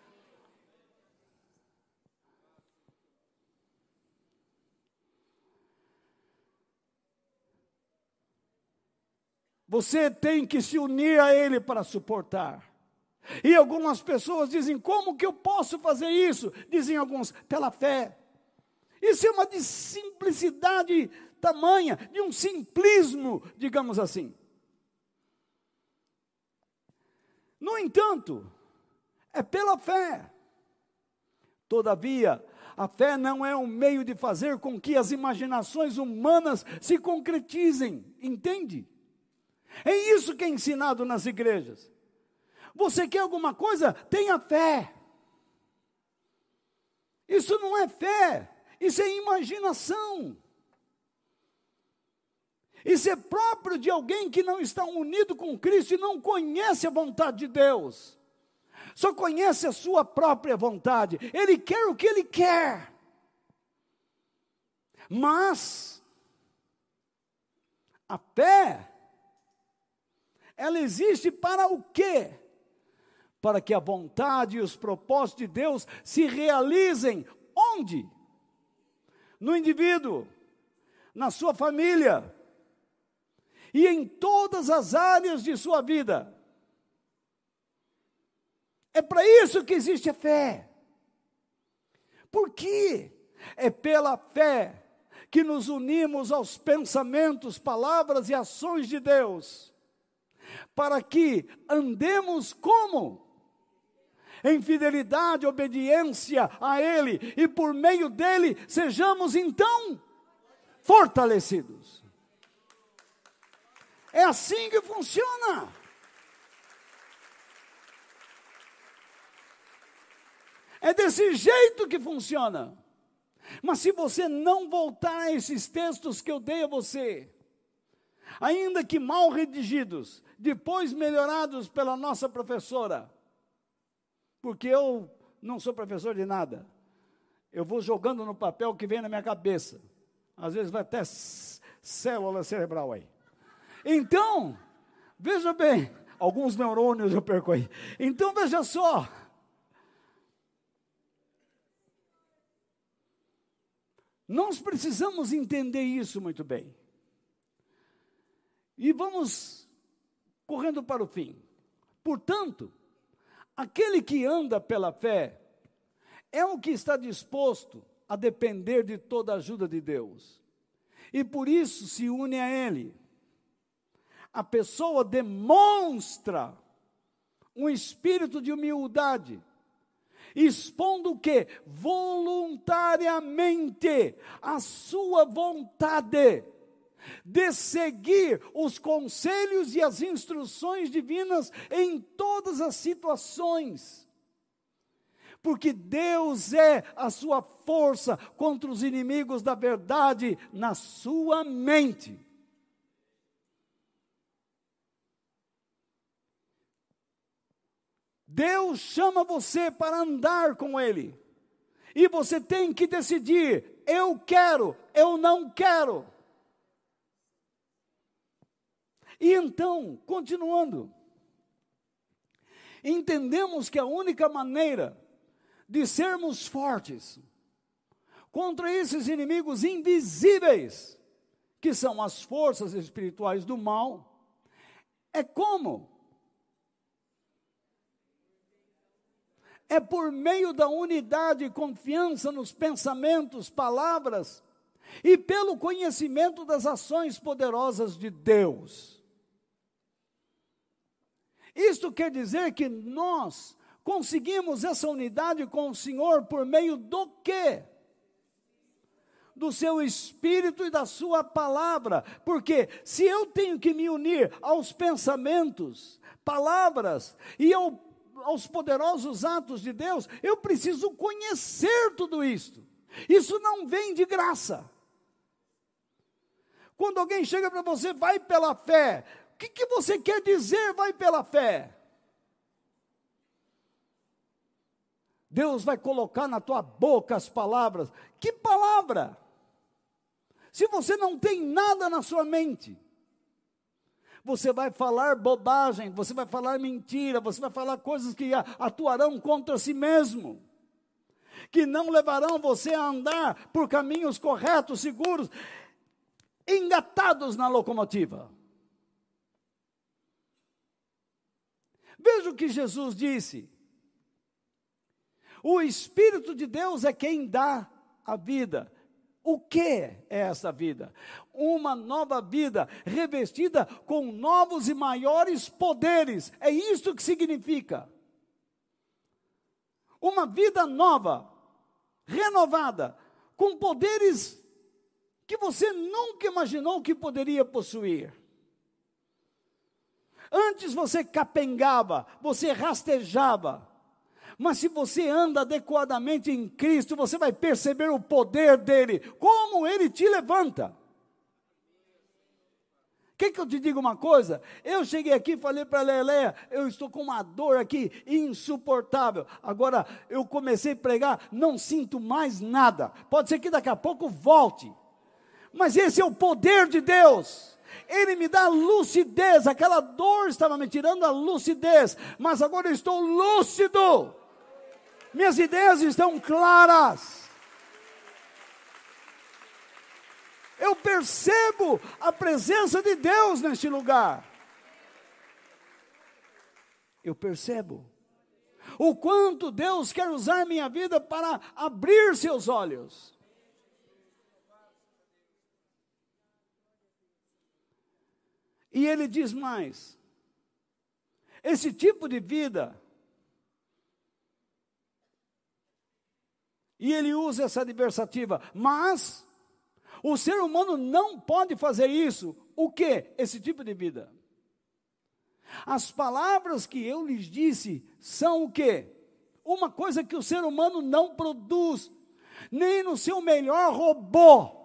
Você tem que se unir a ele para suportar. E algumas pessoas dizem, como que eu posso fazer isso? Dizem alguns, pela fé. Isso é uma de simplicidade tamanha, de um simplismo, digamos assim. No entanto, é pela fé. Todavia, a fé não é um meio de fazer com que as imaginações humanas se concretizem, entende? É isso que é ensinado nas igrejas. Você quer alguma coisa? Tenha fé. Isso não é fé, isso é imaginação. Isso é próprio de alguém que não está unido com Cristo e não conhece a vontade de Deus. Só conhece a sua própria vontade. Ele quer o que ele quer. Mas a fé, ela existe para o quê? Para que a vontade e os propósitos de Deus se realizem. Onde? No indivíduo, na sua família, e em todas as áreas de sua vida. É para isso que existe a fé. Por quê? É pela fé que nos unimos aos pensamentos, palavras e ações de Deus, para que andemos como? Em fidelidade, obediência a Ele, e por meio dEle, sejamos então fortalecidos. É assim que funciona. É desse jeito que funciona. Mas se você não voltar a esses textos que eu dei a você, ainda que mal redigidos, depois melhorados pela nossa professora, porque eu não sou professor de nada. Eu vou jogando no papel o que vem na minha cabeça. Às vezes vai até célula cerebral aí. Então, veja bem, alguns neurônios eu perco aí. Então, veja só. Nós precisamos entender isso muito bem. E vamos correndo para o fim. Portanto, aquele que anda pela fé é o que está disposto a depender de toda a ajuda de Deus. E por isso se une a Ele. A pessoa demonstra um espírito de humildade, expondo o quê? Voluntariamente a sua vontade de seguir os conselhos e as instruções divinas em todas as situações. Porque Deus é a sua força contra os inimigos da verdade na sua mente. Deus chama você para andar com Ele. E você tem que decidir, eu quero, eu não quero. E então, continuando, entendemos que a única maneira de sermos fortes contra esses inimigos invisíveis, que são as forças espirituais do mal, é como? É por meio da unidade e confiança nos pensamentos, palavras, e pelo conhecimento das ações poderosas de Deus. Isto quer dizer que nós conseguimos essa unidade com o Senhor por meio do quê? Do seu Espírito e da sua palavra. Porque se eu tenho que me unir aos pensamentos, palavras e ao, aos poderosos atos de Deus, eu preciso conhecer tudo isto. Isso não vem de graça. Quando alguém chega para você, vai pela fé. O que, que você quer dizer, vai pela fé? Deus vai colocar na tua boca as palavras. Que palavra? Se você não tem nada na sua mente, você vai falar bobagem, você vai falar mentira, você vai falar coisas que atuarão contra si mesmo, que não levarão você a andar por caminhos corretos, seguros, engatados na locomotiva. Veja o que Jesus disse. O Espírito de Deus é quem dá a vida. O que é essa vida? Uma nova vida revestida com novos e maiores poderes. É isso que significa. Uma vida nova, renovada, com poderes que você nunca imaginou que poderia possuir. Antes você capengava, você rastejava. Mas se você anda adequadamente em Cristo, você vai perceber o poder dele, como ele te levanta. Quer que eu te diga uma coisa? Eu cheguei aqui e falei para a Leleia, eu estou com uma dor aqui insuportável. Agora eu comecei a pregar, não sinto mais nada. Pode ser que daqui a pouco volte. Mas esse é o poder de Deus. Ele me dá lucidez, aquela dor estava me tirando a lucidez, mas agora eu estou lúcido. Minhas ideias estão claras. Eu percebo a presença de Deus neste lugar. Eu percebo o quanto Deus quer usar minha vida para abrir seus olhos. E ele diz mais, esse tipo de vida, e ele usa essa adversativa, mas o ser humano não pode fazer isso. O que? Esse tipo de vida. As palavras que eu lhes disse são o quê? Uma coisa que o ser humano não produz, nem no seu melhor robô.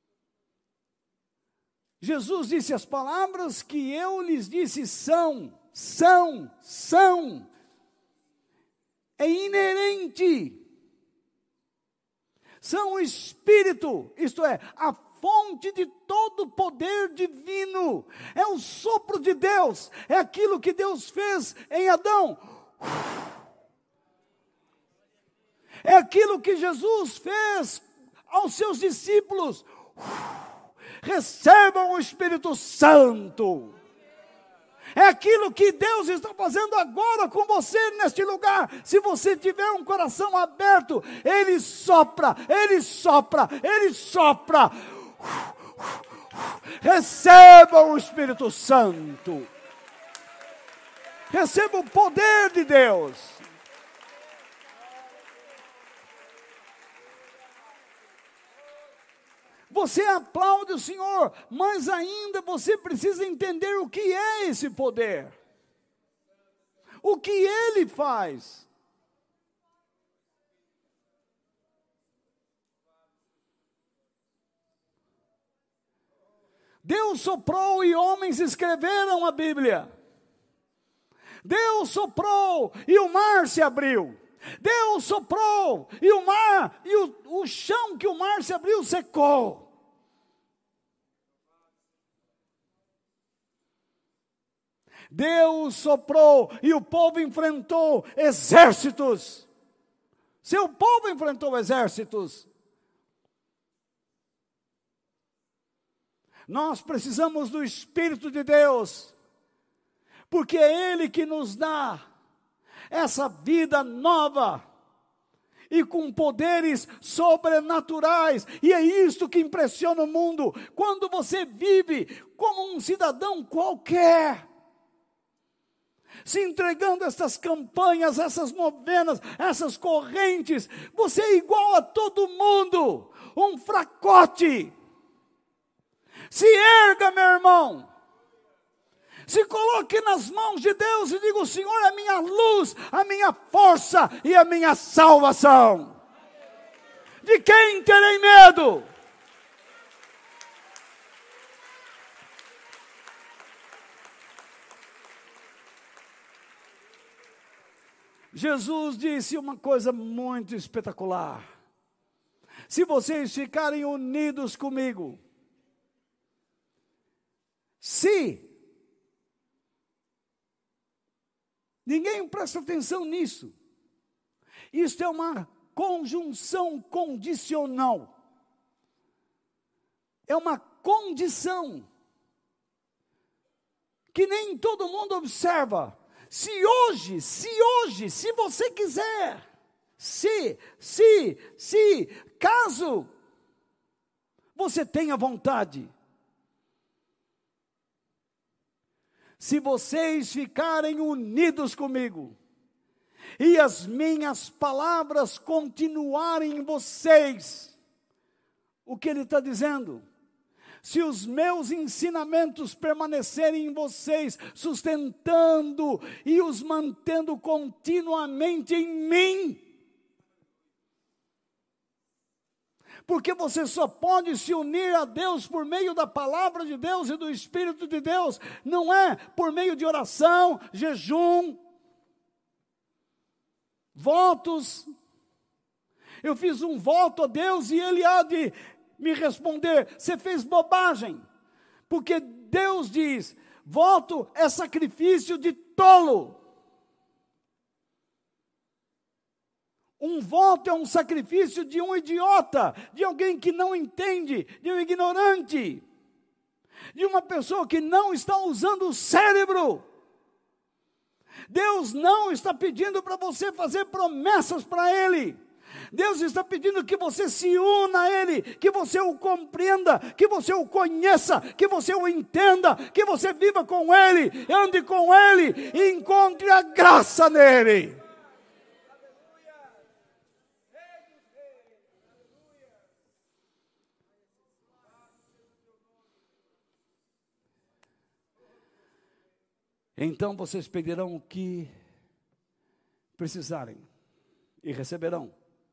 Jesus disse, as palavras que eu lhes disse são, são, são. É inerente. São o Espírito, isto é, a fonte de todo poder divino. É o sopro de Deus, é aquilo que Deus fez em Adão. É aquilo que Jesus fez aos seus discípulos. Recebam o Espírito Santo. É aquilo que Deus está fazendo agora com você neste lugar. Se você tiver um coração aberto, Ele sopra, Ele sopra, Ele sopra. Recebam o Espírito Santo. Receba o poder de Deus. Você aplaude o Senhor, mas ainda você precisa entender o que é esse poder. O que Ele faz. Deus soprou e homens escreveram a Bíblia. Deus soprou e o mar se abriu. Deus soprou e o mar, e o, o chão que o mar se abriu secou. Deus soprou e o povo enfrentou exércitos. Seu povo enfrentou exércitos. Nós precisamos do Espírito de Deus, porque é Ele que nos dá essa vida nova e com poderes sobrenaturais. E é isto que impressiona o mundo. Quando você vive como um cidadão qualquer, se entregando a essas campanhas, essas novenas, essas correntes, você é igual a todo mundo, um fracote. Se erga, meu irmão. Se coloque nas mãos de Deus e diga: o Senhor é a minha luz, a minha força e a minha salvação. De quem terei medo? Jesus disse uma coisa muito espetacular: se vocês ficarem unidos comigo, se ninguém presta atenção nisso, isto é uma conjunção condicional, é uma condição que nem todo mundo observa. Se hoje, se hoje, se você quiser, se, se, se, caso você tenha vontade, se vocês ficarem unidos comigo, e as minhas palavras continuarem em vocês, o que ele está dizendo? Se os meus ensinamentos permanecerem em vocês, sustentando e os mantendo continuamente em mim, porque você só pode se unir a Deus por meio da palavra de Deus e do Espírito de Deus, não é por meio de oração, jejum, votos. Eu fiz um voto a Deus e Ele há de me responder: você fez bobagem, porque Deus diz: voto é sacrifício de tolo. Um voto é um sacrifício de um idiota, de alguém que não entende, de um ignorante, de uma pessoa que não está usando o cérebro. Deus não está pedindo para você fazer promessas para Ele. Deus está pedindo que você se una a Ele, que você o compreenda, que você o conheça, que você o entenda, que você viva com Ele, ande com Ele e encontre a graça nele. Então vocês pedirão o que precisarem e receberão.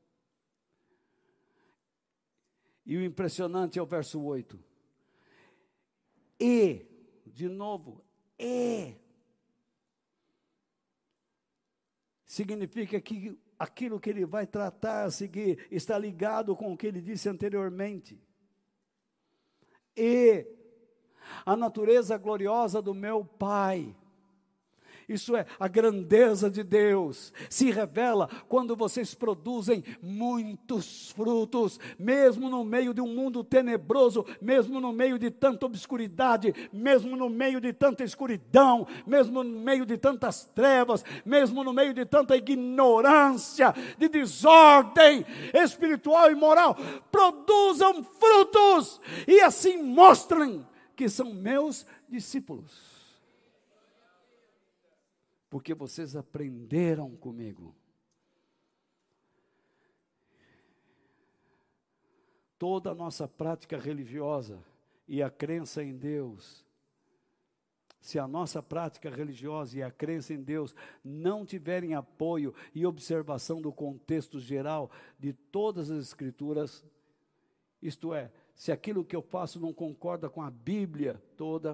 E o impressionante é o verso oito. E, de novo, e. significa que aquilo que ele vai tratar a seguir está ligado com o que ele disse anteriormente. E a natureza gloriosa do meu Pai, isso é, a grandeza de Deus, se revela quando vocês produzem muitos frutos, mesmo no meio de um mundo tenebroso, mesmo no meio de tanta obscuridade, mesmo no meio de tanta escuridão, mesmo no meio de tantas trevas, mesmo no meio de tanta ignorância, de desordem espiritual e moral. Produzam frutos e assim mostrem que são meus discípulos. Porque vocês aprenderam comigo. Toda a nossa prática religiosa e a crença em Deus, se a nossa prática religiosa e a crença em Deus não tiverem apoio e observação do contexto geral de todas as Escrituras, isto é, se aquilo que eu faço não concorda com a Bíblia toda,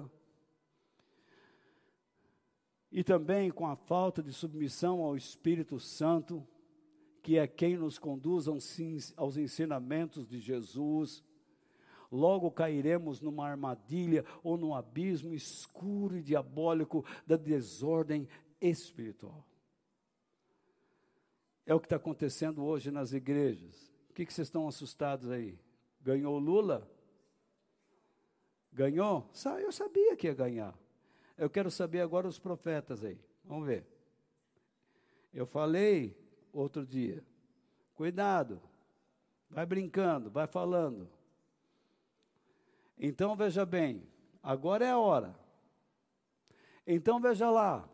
e também com a falta de submissão ao Espírito Santo, que é quem nos conduz aos ensinamentos de Jesus, logo cairemos numa armadilha ou num abismo escuro e diabólico da desordem espiritual. É o que está acontecendo hoje nas igrejas. O que, que vocês estão assustados aí? Ganhou Lula? Ganhou? Eu sabia que ia ganhar. Eu quero saber agora os profetas aí. Vamos ver. Eu falei outro dia. Cuidado. Vai brincando, vai falando. Então veja bem. Agora é a hora. Então veja lá.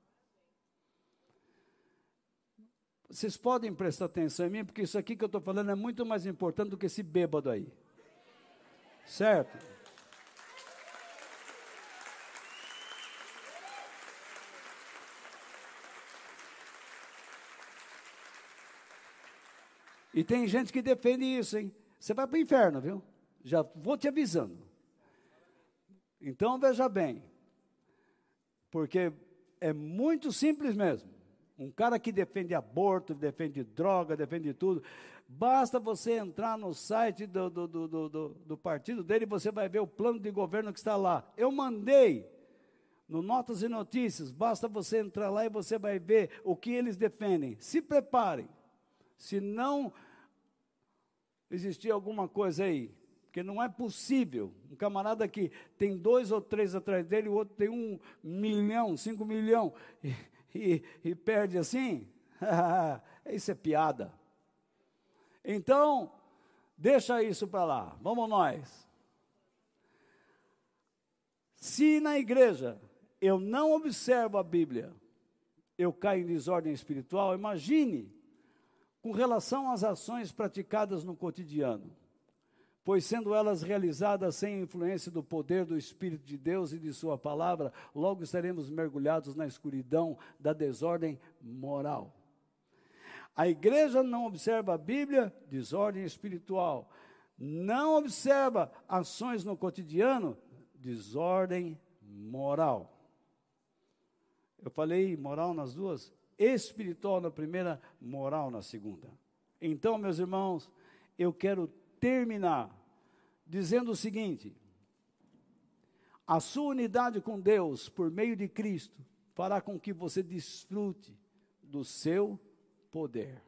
Vocês podem prestar atenção em mim, porque isso aqui que eu estou falando é muito mais importante do que esse bêbado aí. Certo? E tem gente que defende isso, hein? Você vai para o inferno, viu? Já vou te avisando. Então, veja bem. Porque é muito simples mesmo. Um cara que defende aborto, defende droga, defende tudo. Basta você entrar no site do, do, do, do, do, do partido dele e você vai ver o plano de governo que está lá. Eu mandei no Notas e Notícias. Basta você entrar lá e você vai ver o que eles defendem. Se preparem. Se não existir alguma coisa aí, porque não é possível, um camarada que tem dois ou três atrás dele, o outro tem um milhão, cinco milhão, e, e, e perde assim, isso é piada. Então, deixa isso para lá, vamos nós. Se na igreja eu não observo a Bíblia, eu caio em desordem espiritual, imagine, com relação às ações praticadas no cotidiano, pois sendo elas realizadas sem influência do poder do Espírito de Deus e de sua palavra, logo estaremos mergulhados na escuridão da desordem moral. A igreja não observa a Bíblia, desordem espiritual. Não observa ações no cotidiano, desordem moral. Eu falei moral nas duas? Espiritual na primeira, moral na segunda. Então, meus irmãos, eu quero terminar dizendo o seguinte: a sua unidade com Deus, por meio de Cristo, fará com que você desfrute do seu poder.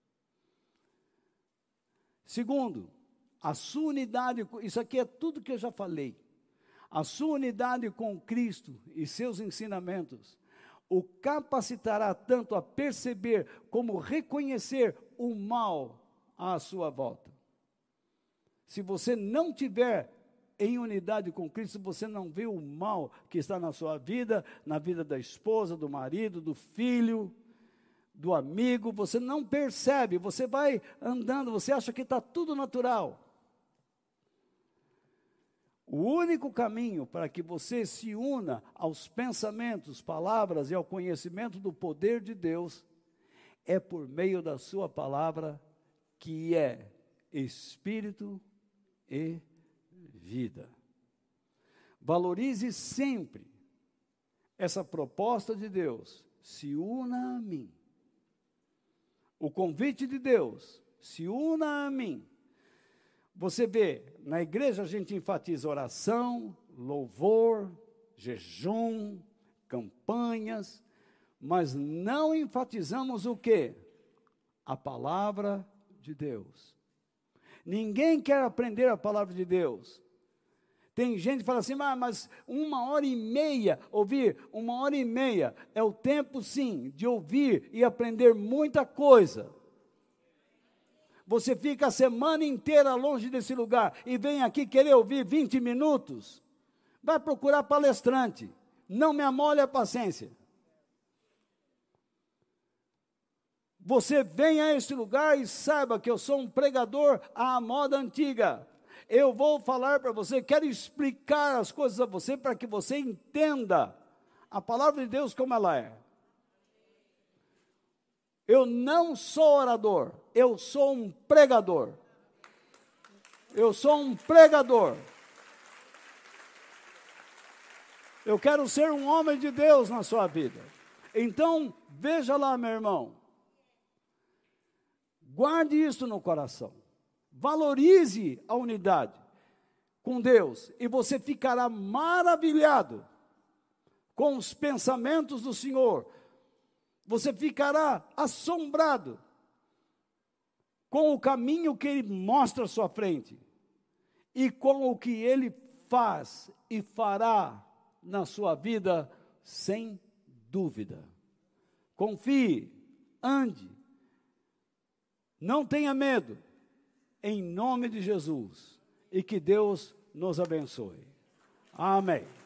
Segundo, a sua unidade, isso aqui é tudo que eu já falei, a sua unidade com Cristo e seus ensinamentos o capacitará tanto a perceber como reconhecer o mal à sua volta. Se você não tiver em unidade com Cristo, você não vê o mal que está na sua vida, na vida da esposa, do marido, do filho, do amigo, você não percebe, você vai andando, você acha que está tudo natural. O único caminho para que você se una aos pensamentos, palavras e ao conhecimento do poder de Deus é por meio da sua palavra, que é Espírito e vida. Valorize sempre essa proposta de Deus. Se una a mim. o convite de Deus, se una a mim. Você vê, na igreja a gente enfatiza oração, louvor, jejum, campanhas, mas não enfatizamos o quê? A palavra de Deus. Ninguém quer aprender a palavra de Deus. Tem gente que fala assim, ah, mas uma hora e meia, ouvir, uma hora e meia é o tempo, sim, de ouvir e aprender muita coisa. Você fica a semana inteira longe desse lugar e vem aqui querer ouvir vinte minutos, vai procurar palestrante, não me amole a paciência. Você vem a este lugar e saiba que eu sou um pregador à moda antiga. Eu vou falar para você, quero explicar as coisas a você para que você entenda a palavra de Deus como ela é. Eu não sou orador, eu sou um pregador. Eu sou um pregador. Eu quero ser um homem de Deus na sua vida. Então, veja lá, meu irmão. Guarde isso no coração. Valorize a unidade com Deus e você ficará maravilhado com os pensamentos do Senhor. Você ficará assombrado com o caminho que Ele mostra à sua frente e com o que Ele faz e fará na sua vida, sem dúvida. Confie, ande, não tenha medo, em nome de Jesus, e que Deus nos abençoe. Amém.